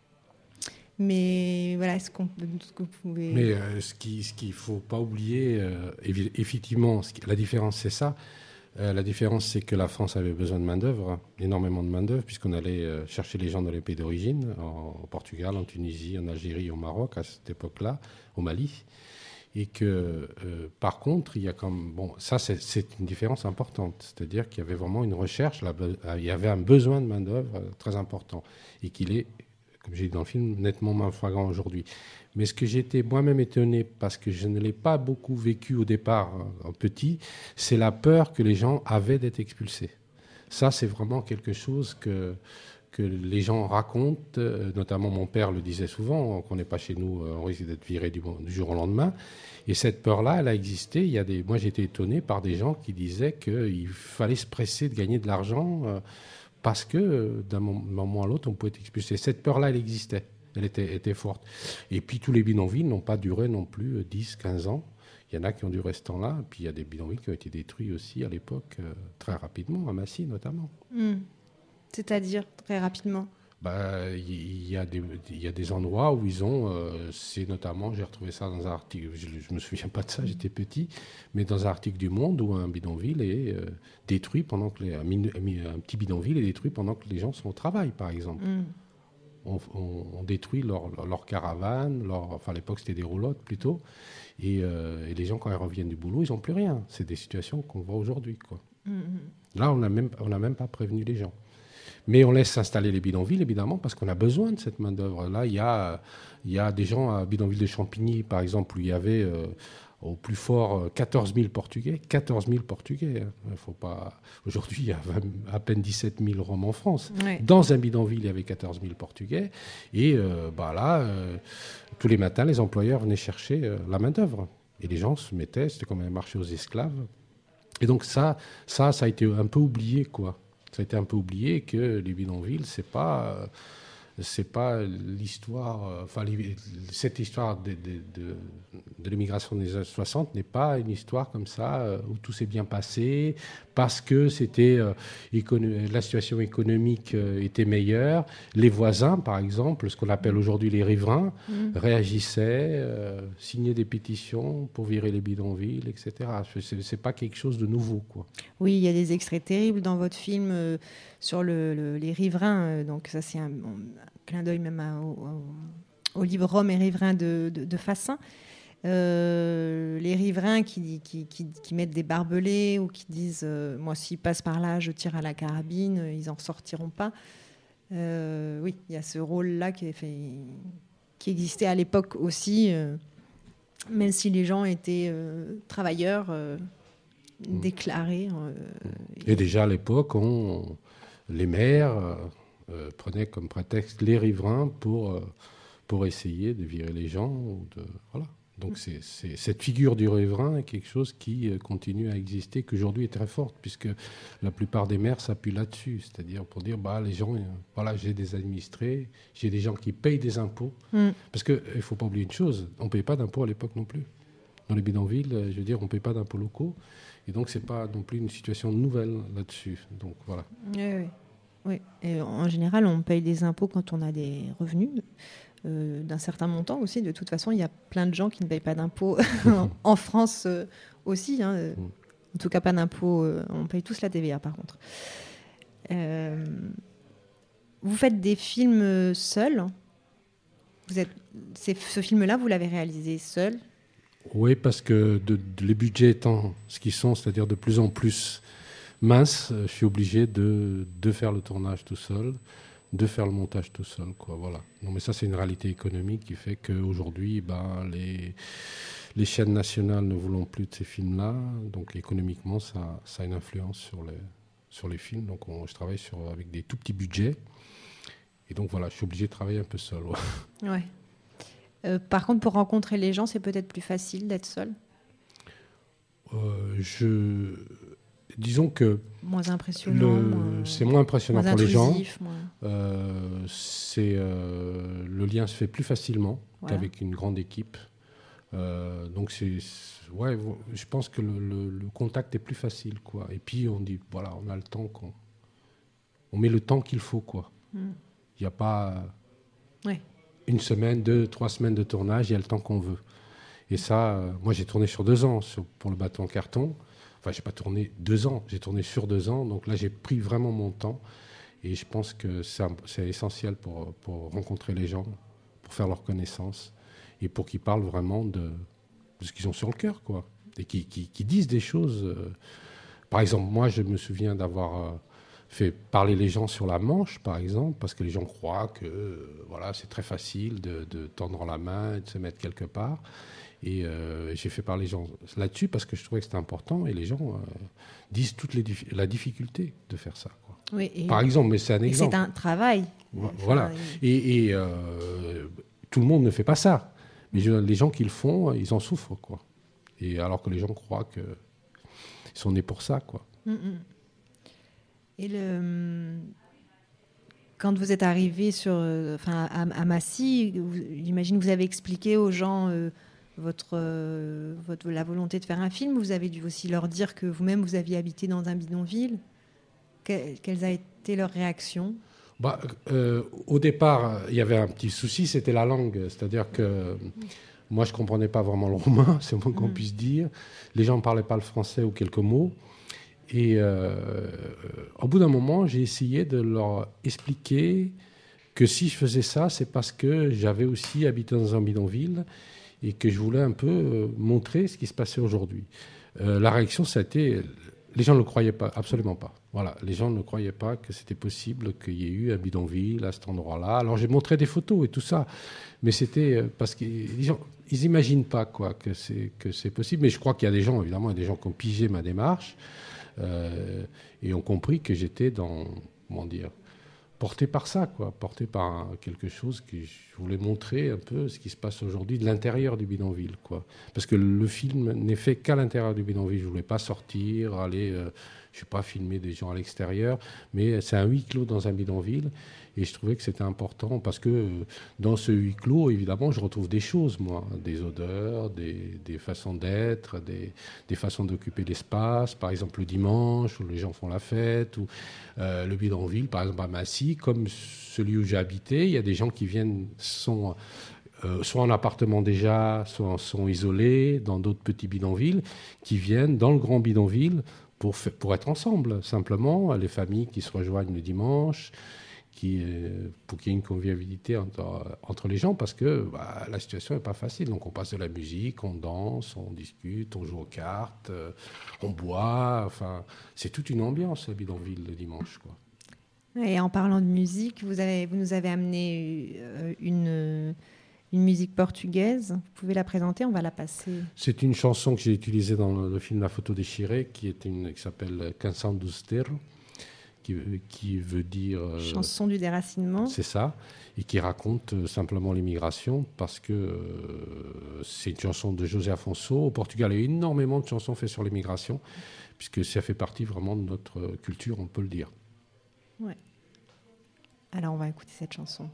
Mais voilà, est-ce, qu'on, est-ce que vous pouvez... Mais euh, ce qu'il ce qu'il faut pas oublier, euh, effectivement, ce qui, la différence, c'est ça. Euh, la différence, c'est que la France avait besoin de main-d'œuvre, hein, énormément de main-d'œuvre, puisqu'on allait euh, chercher les gens dans les pays d'origine, en, en Portugal, en Tunisie, en Algérie, au Maroc, à cette époque-là, au Mali. Et que, euh, par contre, il y a comme bon, ça c'est, c'est une différence importante, c'est-à-dire qu'il y avait vraiment une recherche, là, il y avait un besoin de main d'œuvre euh, très important, et qu'il est, comme j'ai dit dans le film, nettement moins flagrant aujourd'hui. Mais ce que j'étais moi-même étonné, parce que je ne l'ai pas beaucoup vécu au départ, en petit, c'est la peur que les gens avaient d'être expulsés. Ça, c'est vraiment quelque chose que que les gens racontent, notamment mon père le disait souvent, qu'on n'est pas chez nous, on risque d'être viré du, du jour au lendemain. Et cette peur-là, elle a existé. Il y a des, moi, j'étais étonné par des gens qui disaient qu'il fallait se presser de gagner de l'argent parce que d'un moment à l'autre, on pouvait être expulsé. Cette peur-là, elle existait. Elle était, était forte. Et puis, tous les bidonvilles n'ont pas duré non plus dix, quinze ans. Il y en a qui ont duré ce temps-là. Et puis, il y a des bidonvilles qui ont été détruits aussi à l'époque, très rapidement, à Massy notamment. Mmh. C'est-à-dire, très rapidement bah, y, y, a des, y a des endroits où ils ont, euh, c'est notamment, j'ai retrouvé ça dans un article, je ne me souviens pas de ça, j'étais petit, mais dans un article du Monde où un bidonville est euh, détruit pendant que les, un, un petit bidonville est détruit pendant que les gens sont au travail, par exemple. Mm. On, on, on détruit leur, leur, leur caravane, leur, enfin à l'époque c'était des roulottes plutôt, et, euh, et les gens quand ils reviennent du boulot, ils n'ont plus rien. C'est des situations qu'on voit aujourd'hui, quoi. Mm. Là, on n'a même, on n'a même pas prévenu les gens. Mais on laisse s'installer les bidonvilles, évidemment, parce qu'on a besoin de cette main-d'œuvre. Là, il y a, il y a des gens à Bidonville de Champigny, par exemple, où il y avait euh, au plus fort quatorze mille Portugais. quatorze mille Portugais. Hein. Faut pas... Aujourd'hui, il y a à peine dix-sept mille Roms en France. Oui. Dans un bidonville, il y avait quatorze mille Portugais. Et euh, bah là, euh, tous les matins, les employeurs venaient chercher euh, la main-d'œuvre. Et les gens se mettaient, c'était comme un marché aux esclaves. Et donc ça, ça, ça a été un peu oublié, quoi. Ça a été un peu oublié que les bidonvilles, c'est pas, euh, c'est pas l'histoire, euh, enfin les, cette histoire de, de, de, de l'immigration des années soixante n'est pas une histoire comme ça euh, où tout s'est bien passé parce que c'était euh, écono- la situation économique euh, était meilleure. Les voisins, par exemple, ce qu'on appelle aujourd'hui les riverains, mmh. réagissaient, euh, signaient des pétitions pour virer les bidonvilles, et cetera. C'est, c'est pas quelque chose de nouveau, quoi. Oui, il y a des extraits terribles dans votre film euh, sur le, le, les riverains. Euh, donc ça, c'est un, un clin d'œil même à, au, au livre Roms et riverains de, de, de Fassin. Euh, les riverains qui, qui, qui, qui mettent des barbelés ou qui disent euh, moi s'ils passent par là je tire à la carabine, ils n'en sortiront pas. Euh, oui, il y a ce rôle là qui est fait, qui existait à l'époque aussi, euh, même si les gens étaient euh, travailleurs euh, mmh. déclarés. Euh, et, et déjà à l'époque, on, les maires euh, euh, prenaient comme prétexte les riverains pour, euh, pour essayer de virer les gens. Ou de, voilà. Donc mmh. c'est, c'est, cette figure du riverain est quelque chose qui euh, continue à exister, qui aujourd'hui est très forte, puisque la plupart des maires s'appuient là-dessus, c'est-à-dire pour dire, bah, les gens, euh, voilà, j'ai des administrés, j'ai des gens qui payent des impôts, mmh. parce qu'il ne faut pas oublier une chose, on ne paye pas d'impôts à l'époque non plus. Dans les bidonvilles, euh, je veux dire, on ne paye pas d'impôts locaux, et donc ce n'est pas non plus une situation nouvelle là-dessus. Donc voilà. Oui, oui. oui. Et en général, on paye des impôts quand on a des revenus. Euh, d'un certain montant aussi. De toute façon, il y a plein de gens qui ne payent pas d'impôts en France euh, aussi. Hein. Euh, en tout cas, pas d'impôts. Euh, on paye tous la T V A, par contre. Euh, vous faites des films seuls. Vous êtes, c'est, ce film-là, vous l'avez réalisé seul? Oui, parce que de, de, les budgets étant ce qu'ils sont, c'est-à-dire de plus en plus minces, je suis obligé de, de faire le tournage tout seul, de faire le montage tout seul, quoi, voilà. Non, mais ça, c'est une réalité économique qui fait qu'aujourd'hui, ben, les, les chaînes nationales ne voulons plus de ces films-là, donc économiquement, ça, ça a une influence sur les, sur les films. Donc, on, je travaille sur, avec des tout petits budgets, et donc voilà, je suis obligé de travailler un peu seul. Ouais. Ouais. Euh, par contre, pour rencontrer les gens, c'est peut-être plus facile d'être seul. Euh, je... Disons que moins impressionnant, le, moins, c'est moins impressionnant moins pour les gens. Moins... Euh, c'est, euh, le lien se fait plus facilement voilà. qu'avec une grande équipe. Euh, donc c'est, c'est, ouais, je pense que le, le, le contact est plus facile, quoi. Et puis on dit, voilà, on a le temps, qu'on, on met le temps qu'il faut, quoi. Il mm. n'y a pas ouais. une semaine, deux, trois semaines de tournage. Il y a le temps qu'on veut. Et ça, euh, moi j'ai tourné sur deux ans sur, pour le bateau en carton. Enfin, je n'ai pas tourné deux ans, j'ai tourné sur deux ans. Donc là, j'ai pris vraiment mon temps. Et je pense que c'est, un, c'est essentiel pour, pour rencontrer les gens, pour faire leur connaissance et pour qu'ils parlent vraiment de, de ce qu'ils ont sur le cœur, quoi. Et qu'ils qui, qui disent des choses. Euh, par exemple, moi, je me souviens d'avoir euh, fait parler les gens sur la Manche, par exemple, parce que les gens croient que euh, voilà, c'est très facile de, de tendre la main et de se mettre quelque part. Et euh, j'ai fait parler les gens là-dessus parce que je trouvais que c'était important et les gens euh, disent toute les dif- la difficulté de faire ça, quoi. Oui, et par exemple, mais c'est un exemple. C'est un travail. Voilà. Enfin, et et euh, tout le monde ne fait pas ça. Mais je, les gens qui le font, ils en souffrent, quoi. Et alors que les gens croient qu'ils sont nés pour ça, quoi. Mm-mm. Et le... quand vous êtes arrivé sur, enfin, à, à Massy, vous, j'imagine que vous avez expliqué aux gens... Euh, Votre, euh, votre, la volonté de faire un film. Vous avez dû aussi leur dire que vous-même, vous aviez habité dans un bidonville. Que, quelles a été leur réaction? bah, euh, Au départ, il y avait un petit souci, c'était la langue. C'est-à-dire que moi, je ne comprenais pas vraiment le roumain, c'est le moins qu'on mmh. puisse dire. Les gens ne parlaient pas le français ou quelques mots. Et euh, au bout d'un moment, j'ai essayé de leur expliquer que si je faisais ça, c'est parce que j'avais aussi habité dans un bidonville et que je voulais un peu euh, montrer ce qui se passait aujourd'hui. Euh, la réaction, ça a été... Les gens ne le croyaient pas, absolument pas. Voilà, les gens ne croyaient pas que c'était possible qu'il y ait eu un bidonville à cet endroit-là. Alors, j'ai montré des photos et tout ça, mais c'était parce qu'ils ils n'imaginent pas, quoi, que c'est, que c'est possible. Mais je crois qu'il y a des gens, évidemment, il y a des gens qui ont pigé ma démarche euh, et ont compris que j'étais dans... Comment dire, porté par ça, quoi, porté par quelque chose que je voulais montrer un peu ce qui se passe aujourd'hui de l'intérieur du bidonville, quoi. Parce que le film n'est fait qu'à l'intérieur du bidonville. Je ne voulais pas sortir, aller, euh, je ne sais pas, filmer des gens à l'extérieur, mais c'est un huis clos dans un bidonville. Et je trouvais que c'était important parce que euh, dans ce huis clos, évidemment, je retrouve des choses, moi, des odeurs, des, des façons d'être, des, des façons d'occuper l'espace. Par exemple, le dimanche, où les gens font la fête, ou euh, le bidonville, par exemple, à Massy, comme celui où j'ai habité, il y a des gens qui viennent, sont euh, soit en appartement déjà, soit sont isolés dans d'autres petits bidonvilles, qui viennent dans le grand bidonville pour, f- pour être ensemble, simplement, les familles qui se rejoignent le dimanche, Qui, pour qu'il y ait une convivialité entre, entre les gens, parce que bah, la situation n'est pas facile. Donc on passe de la musique, on danse, on discute, on joue aux cartes, euh, on boit. Enfin, c'est toute une ambiance, la bidonville, le dimanche, quoi. Et en parlant de musique, vous, avez, vous nous avez amené une, une musique portugaise. Vous pouvez la présenter, on va la passer. C'est une chanson que j'ai utilisée dans le, le film La photo déchirée, qui, est une, qui s'appelle Canção do Desterro, qui, qui veut dire... Euh, chanson du déracinement. C'est ça, et qui raconte euh, simplement l'immigration, parce que euh, c'est une chanson de José Afonso. Au Portugal, il y a énormément de chansons faites sur l'immigration, puisque ça fait partie vraiment de notre culture, on peut le dire. Ouais. Alors on va écouter cette chanson.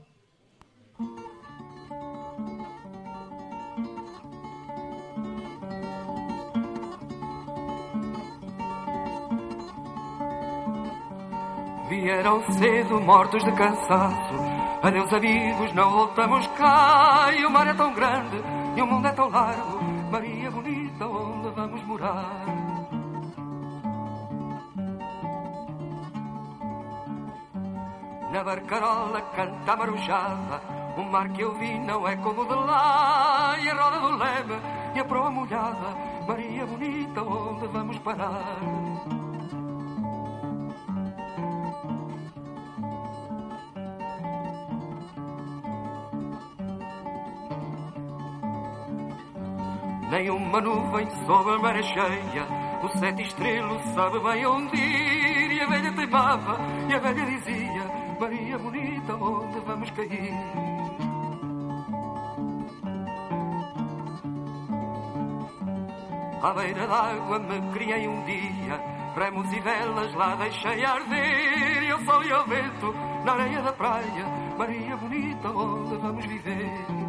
Vieram cedo, mortos de cansaço. Adeus amigos, não voltamos cá. E o mar é tão grande, e o mundo é tão largo. Maria bonita, onde vamos morar? Na barcarola canta a marujada. O mar que eu vi não é como de lá. E a roda do leme e a proa molhada. Maria bonita, onde vamos parar? Nem uma nuvem sobre a maré cheia. O sete estrelo sabe bem onde ir. E a velha teimava, e a velha dizia: Maria bonita, onde vamos cair? À beira d'água me criei um dia. Remos e velas lá deixei arder. E ao sol e ao vento, na areia da praia. Maria bonita, onde vamos viver?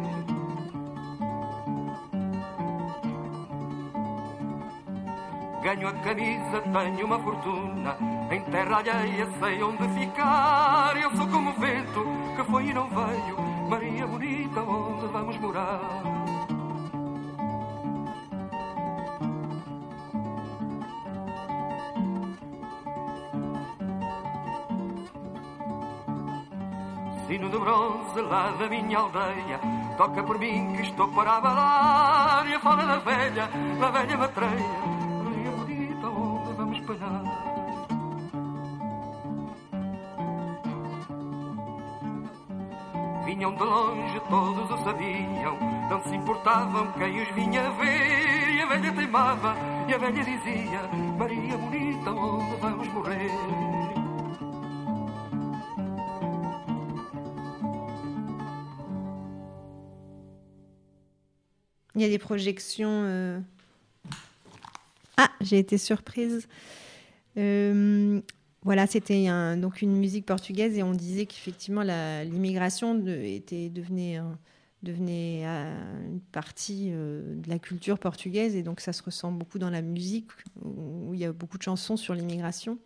Ganho a camisa, tenho uma fortuna. Em terra alheia sei onde ficar. Eu sou como o vento que foi e não veio. Maria bonita, onde vamos morar? Sino de bronze lá da minha aldeia. Toca por mim que estou para abalar. E a fala da velha, da velha matreia. Vinham de longe, todos o sabiam. Não se importavam quem os vinha ver. E a velha teimava, e a velha dizia: Maria bonita, onde vamos morrer? Il y a des projections... Euh... Ah, j'ai été surprise. Euh, voilà, c'était un, donc une musique portugaise et on disait qu'effectivement la, l'immigration de, était, devenait, un, devenait euh, une partie euh, de la culture portugaise et donc ça se ressent beaucoup dans la musique où il y a beaucoup de chansons sur l'immigration.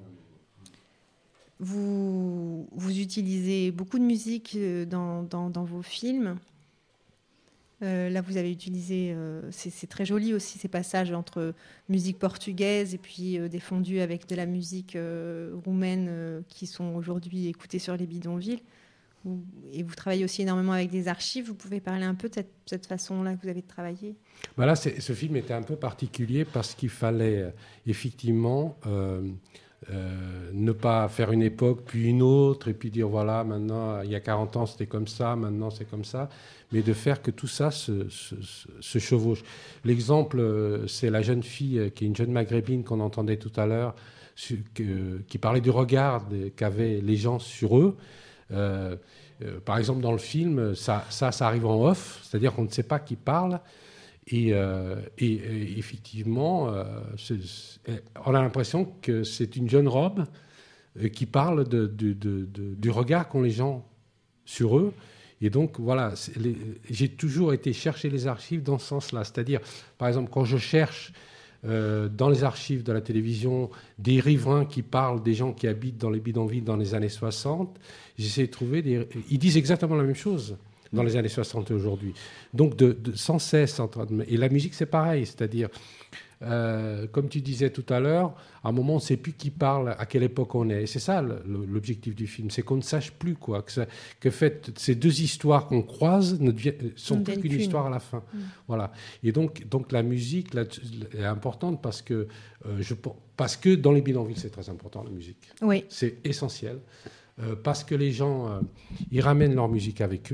Vous, vous utilisez beaucoup de musique dans, dans, dans vos films. Euh, là, vous avez utilisé, euh, c'est, c'est très joli aussi ces passages entre musique portugaise et puis euh, des fondus avec de la musique euh, roumaine euh, qui sont aujourd'hui écoutées sur les bidonvilles. Vous, et vous travaillez aussi énormément avec des archives. Vous pouvez parler un peu de cette, cette façon-là que vous avez de travailler? Ben là, c'est, ce film était un peu particulier parce qu'il fallait euh, effectivement euh, euh, ne pas faire une époque puis une autre et puis dire voilà, maintenant, il y a quarante ans, c'était comme ça, maintenant, c'est comme ça. Mais de faire que tout ça se, se, se chevauche. L'exemple, c'est la jeune fille, qui est une jeune maghrébine qu'on entendait tout à l'heure, que, qui parlait du regard de, qu'avaient les gens sur eux. Euh, euh, par exemple, dans le film, ça, ça, ça arrive en off, c'est-à-dire qu'on ne sait pas qui parle. Et, euh, et, et effectivement, euh, c'est, c'est, on a l'impression que c'est une jeune robe qui parle de, de, de, de, du regard qu'ont les gens sur eux. Et donc, voilà, les, j'ai toujours été chercher les archives dans ce sens-là. C'est-à-dire, par exemple, quand je cherche euh, dans les archives de la télévision des riverains qui parlent des gens qui habitent dans les bidonvilles dans les années soixante, j'essaie de trouver des... Ils disent exactement la même chose dans les années soixante et aujourd'hui. Donc, de, de, sans cesse... En train de... Et la musique, c'est pareil. C'est-à-dire, euh, comme tu disais tout à l'heure, à un moment, on ne sait plus qui parle, à quelle époque on est. Et c'est ça le, le, l'objectif du film, c'est qu'on ne sache plus, quoi. Que, ça, que fait, ces deux histoires qu'on croise ne devient, sont plus qu'une histoire à la fin. Mmh. Voilà. Et donc, donc la musique là, est importante parce que, euh, je, parce que dans les bidonvilles, c'est très important, la musique. Oui. C'est essentiel. Euh, parce que les gens, euh, ils ramènent leur musique avec eux,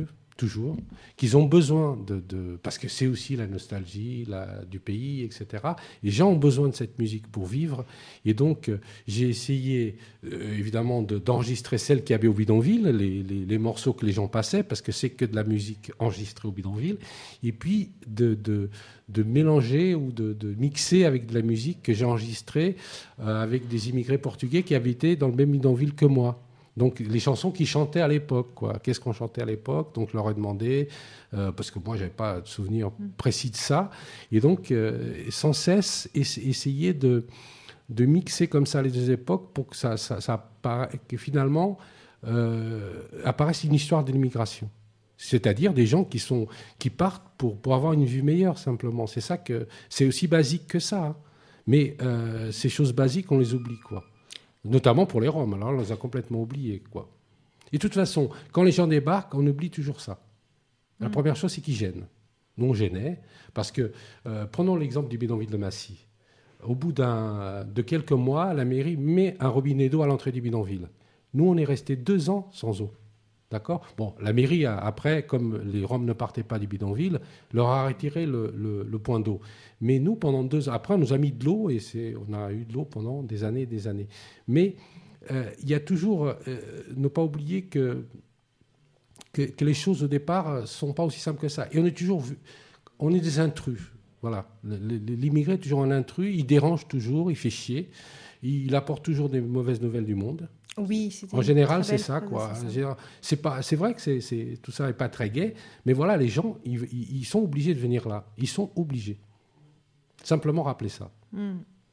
toujours, qu'ils ont besoin de, de... Parce que c'est aussi la nostalgie la, du pays, et cetera. Les gens ont besoin de cette musique pour vivre. Et donc, euh, j'ai essayé, euh, évidemment, de, d'enregistrer celle qu'il y avait au bidonville, les, les, les morceaux que les gens passaient, parce que c'est que de la musique enregistrée au bidonville. Et puis, de, de, de mélanger ou de, de mixer avec de la musique que j'ai enregistrée euh, avec des immigrés portugais qui habitaient dans le même bidonville que moi. Donc, les chansons qu'ils chantaient à l'époque, quoi. Qu'est-ce qu'on chantait à l'époque? Donc, je leur ai demandé, euh, parce que moi, je n'avais pas de souvenir précis de ça. Et donc, euh, sans cesse, essayer de, de mixer comme ça les deux époques pour que, ça, ça, ça appara... que finalement, euh, apparaisse une histoire de l'immigration. C'est-à-dire des gens qui, sont, qui partent pour, pour avoir une vie meilleure, simplement. C'est ça que... C'est aussi basique que ça. Hein. Mais euh, ces choses basiques, on les oublie, quoi. Notamment pour les Roms. Alors, on les a complètement oubliés, quoi. Et de toute façon, quand les gens débarquent, on oublie toujours ça. La mmh. première chose, c'est qu'ils gênent. Nous, on gênait, parce que, euh, prenons l'exemple du bidonville de Massy. Au bout d'un, de quelques mois, la mairie met un robinet d'eau à l'entrée du bidonville. Nous, on est resté deux ans sans eau. D'accord ? Bon, la mairie, a, après, comme les Roms ne partaient pas du bidonville, leur a retiré le, le, le point d'eau. Mais nous, pendant deux ans, après, on nous a mis de l'eau, et c'est, on a eu de l'eau pendant des années et des années. Mais euh, il y a toujours, euh, ne pas oublier que, que, que les choses, au départ, ne sont pas aussi simples que ça. Et on est toujours vu, on est des intrus. Voilà. L'immigré est toujours un intrus, il dérange toujours, il fait chier, il apporte toujours des mauvaises nouvelles du monde. Oui, en général, c'est ça, quoi. C'est pas, c'est vrai que c'est, c'est, tout ça n'est pas très gai, mais voilà, les gens, ils, ils sont obligés de venir là. Ils sont obligés. Simplement rappeler ça. Mmh.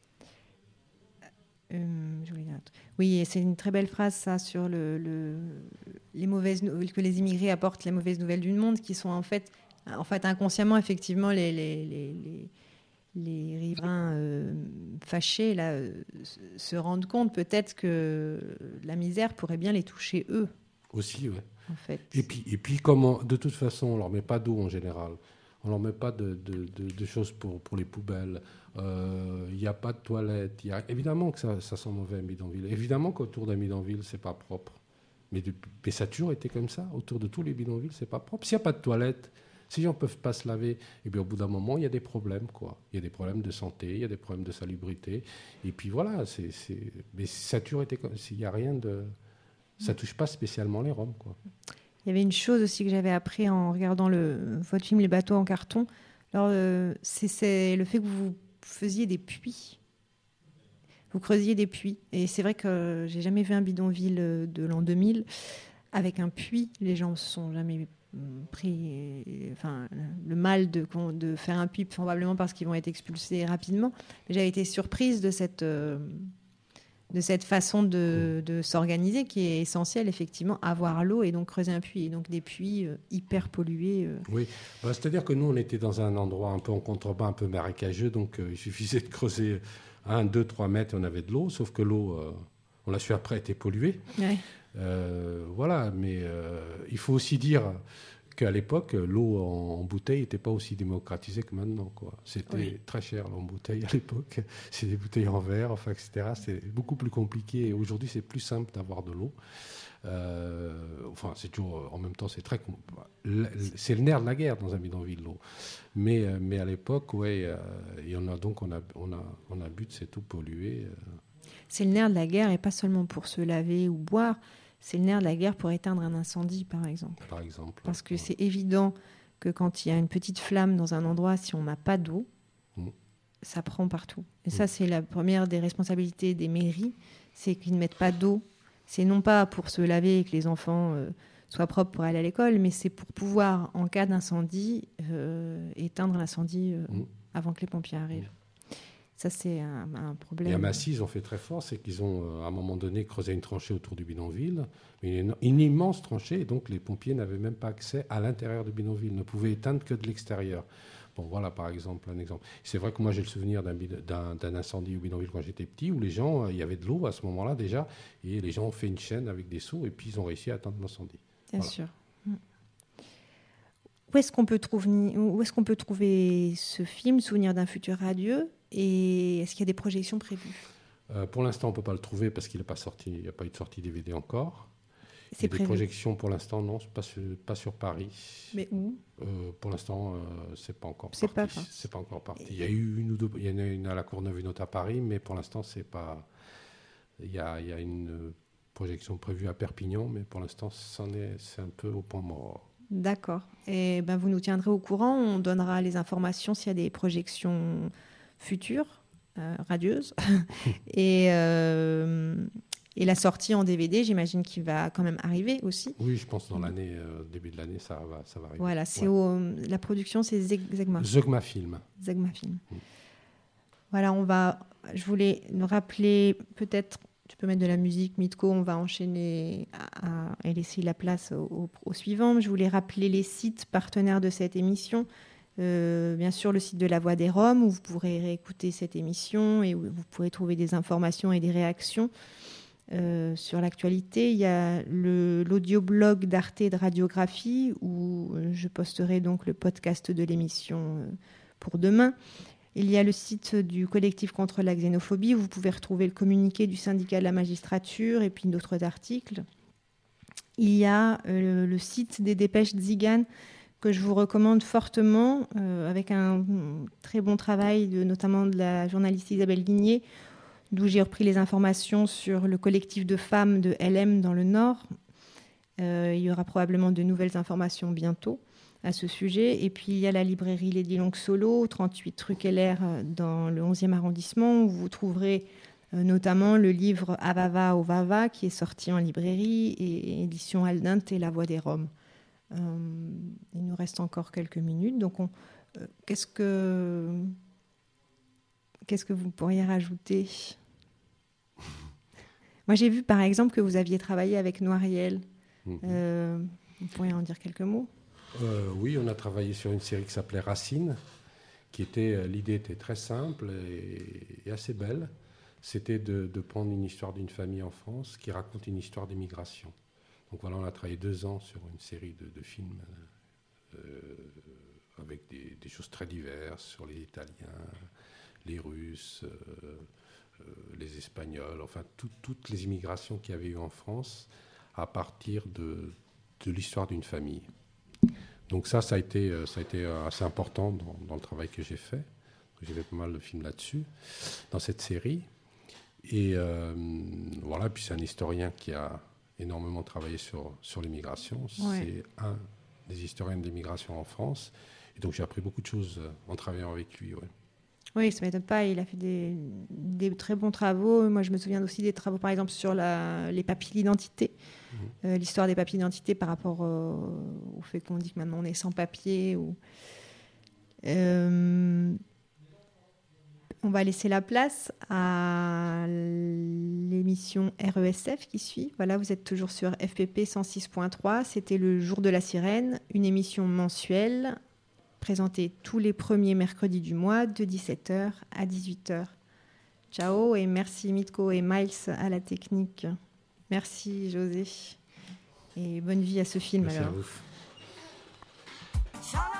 Euh, oui, c'est une très belle phrase, ça, sur le, le, les mauvaises, que les immigrés apportent les mauvaises nouvelles du monde, qui sont en fait, en fait inconsciemment, effectivement, les... les, les, les les riverains euh, fâchés là, euh, se rendent compte peut-être que la misère pourrait bien les toucher eux. Aussi, oui. En fait. Et puis, et puis comme on, de toute façon, on ne leur met pas d'eau en général. On ne leur met pas de, de, de, de choses pour, pour les poubelles. Il euh, n'y a pas de toilettes. Y a... Évidemment que ça, ça sent mauvais un bidonville. Évidemment qu'autour d'un bidonville, ce n'est pas propre. Mais, de, mais ça a toujours été comme ça. Autour de tous les bidonvilles, ce n'est pas propre. S'il n'y a pas de toilettes, si les gens ne peuvent pas se laver, et bien au bout d'un moment, il y a des problèmes, quoi. Il y a des problèmes de santé, il y a des problèmes de salubrité. Et puis voilà, c'est, c'est... mais ça a toujours été comme ça. Il n'y a rien de... Ça ne touche pas spécialement les Roms, quoi. Il y avait une chose aussi que j'avais appris en regardant le, votre film Les bateaux en carton. Alors, euh, c'est, c'est le fait que vous faisiez des puits. Vous creusiez des puits. Et c'est vrai que j'ai jamais vu un bidonville de l'an deux mille avec un puits. Les gens ne se sont jamais pris enfin, le mal de, de faire un puits, probablement parce qu'ils vont être expulsés rapidement. Mais j'avais été surprise de cette, euh, de cette façon de, de s'organiser qui est essentielle, effectivement, avoir l'eau et donc creuser un puits. Et donc des puits euh, hyper pollués. Euh. Oui, bah, c'est-à-dire que nous, on était dans un endroit un peu en contrebas, un peu marécageux, donc euh, il suffisait de creuser un, deux, trois mètres et on avait de l'eau, sauf que l'eau, euh, on l'a su après, était polluée. Ouais. Euh, voilà, mais euh, il faut aussi dire qu'à l'époque, l'eau en, en bouteille n'était pas aussi démocratisée que maintenant, quoi. C'était oui. très cher, l'eau en bouteille à l'époque. C'est des bouteilles en verre, enfin, et cetera. C'est beaucoup plus compliqué. Et aujourd'hui, c'est plus simple d'avoir de l'eau. Euh, enfin, c'est toujours, en même temps, c'est très, c'est le nerf de la guerre dans un bidonville, l'eau. Mais, mais à l'époque, ouais, euh, et on a donc on a, on a, on a bu de cette eau polluée. Euh. C'est le nerf de la guerre, et pas seulement pour se laver ou boire. C'est le nerf de la guerre pour éteindre un incendie, par exemple. Par exemple. Parce que ouais. c'est évident que quand il y a une petite flamme dans un endroit, si on n'a pas d'eau, mmh. ça prend partout. Et mmh. ça, c'est la première des responsabilités des mairies, c'est qu'ils ne mettent pas d'eau. C'est non pas pour se laver et que les enfants euh, soient propres pour aller à l'école, mais c'est pour pouvoir, en cas d'incendie, euh, éteindre l'incendie euh, mmh. avant que les pompiers arrivent. Mmh. Ça, c'est un, un problème. Et à Massy, ils ont fait très fort, c'est qu'ils ont, à un moment donné, creusé une tranchée autour du bidonville, une, une immense tranchée, et donc les pompiers n'avaient même pas accès à l'intérieur du bidonville, ne pouvaient éteindre que de l'extérieur. Bon, voilà, par exemple, un exemple. C'est vrai que moi, j'ai le souvenir d'un, d'un, d'un incendie au bidonville quand j'étais petit, où les gens, il y avait de l'eau à ce moment-là déjà, et les gens ont fait une chaîne avec des seaux, et puis ils ont réussi à éteindre l'incendie. Bien voilà. sûr. Où est-ce qu'on peut trouver, où est-ce qu'on peut trouver ce film, Souvenir d'un futur radieux ? Et est-ce qu'il y a des projections prévues ? euh, Pour l'instant, on ne peut pas le trouver parce qu'il n'est pas sorti, il n'y a pas eu de sortie D V D encore. C'est des prévu. projections pour l'instant, non, pas sur, pas sur Paris. Mais où euh, Pour l'instant, euh, c'est pas encore c'est parti. Pas c'est pas encore parti. Il y a eu une ou deux, il y en a une à la Courneuve, une autre à Paris, mais pour l'instant, c'est pas. Il y a, il y a une projection prévue à Perpignan, mais pour l'instant, c'en est, c'est un peu au point mort. D'accord. Et ben, vous nous tiendrez au courant. On donnera les informations s'il y a des projections futures, euh, radieuses. et, euh, et la sortie en D V D, j'imagine qu'il va quand même arriver aussi. Oui, je pense dans l'année, euh, début de l'année, ça va, ça va arriver. Voilà, c'est ouais. au, la production, c'est Zeg- Zegma. Zegma Film. Zegma Film. Mm. Voilà, on va. Je voulais nous rappeler peut-être. Tu peux mettre de la musique, Mitko, on va enchaîner à, à, et laisser la place au, au, au suivant. Je voulais rappeler les sites partenaires de cette émission. Euh, bien sûr, le site de La Voix des Roms, où vous pourrez réécouter cette émission et où vous pourrez trouver des informations et des réactions euh, sur l'actualité. Il y a le, l'audioblog d'Arte de Radiographie, où je posterai donc le podcast de l'émission pour demain. Il y a le site du collectif contre la xénophobie où vous pouvez retrouver le communiqué du syndicat de la magistrature et puis d'autres articles. Il y a euh, le site des dépêches Tziganes que je vous recommande fortement euh, avec un très bon travail de, notamment de la journaliste Isabelle Guigné, d'où j'ai repris les informations sur le collectif de femmes de L M dans le Nord. Euh, il y aura probablement de nouvelles informations bientôt à ce sujet. Et puis, il y a la librairie Lady Long Solo, trente-huit rue Keller, dans le onzième arrondissement, où vous trouverez euh, notamment le livre Avava au Vava, qui est sorti en librairie, et édition Aldinte et La Voix des Roms. Euh, il nous reste encore quelques minutes. Donc, on, euh, qu'est-ce que, qu'est-ce que vous pourriez rajouter ? Moi, j'ai vu, par exemple, que vous aviez travaillé avec Noiriel. Mmh. Euh, vous pourriez en dire quelques mots ? Euh, oui, on a travaillé sur une série qui s'appelait Racine, qui était, l'idée était très simple et, et assez belle. C'était de, de prendre une histoire d'une famille en France qui raconte une histoire d'immigration. Donc voilà, on a travaillé deux ans sur une série de, de films euh, avec des, des choses très diverses sur les Italiens, les Russes, euh, euh, les Espagnols, enfin tout, toutes les immigrations qu'il y avait eu en France à partir de, de l'histoire d'une famille. Donc ça, ça a été, ça a été assez important dans, dans le travail que j'ai fait. J'ai fait pas mal de films là-dessus, dans cette série. Et euh, voilà, puis c'est un historien qui a énormément travaillé sur, sur l'immigration. Ouais. C'est un des historiens de l'immigration en France. Et donc j'ai appris beaucoup de choses en travaillant avec lui. Ouais. Oui, ça ne m'étonne pas. Il a fait des, des très bons travaux. Moi, je me souviens aussi des travaux, par exemple, sur la, les papiers d'identité. Mmh. Euh, l'histoire des papiers d'identité par rapport euh, au fait qu'on dit que maintenant on est sans papier. Ou... Euh, on va laisser la place à l'émission R E S F qui suit. Voilà, vous êtes toujours sur F P P cent six point trois. C'était le Jour de la Sirène, une émission mensuelle présentée tous les premiers mercredis du mois de dix-sept heures à dix-huit heures. Ciao et merci Mitko et Miles à la technique. Merci José et bonne vie à ce film. Merci alors. À vous.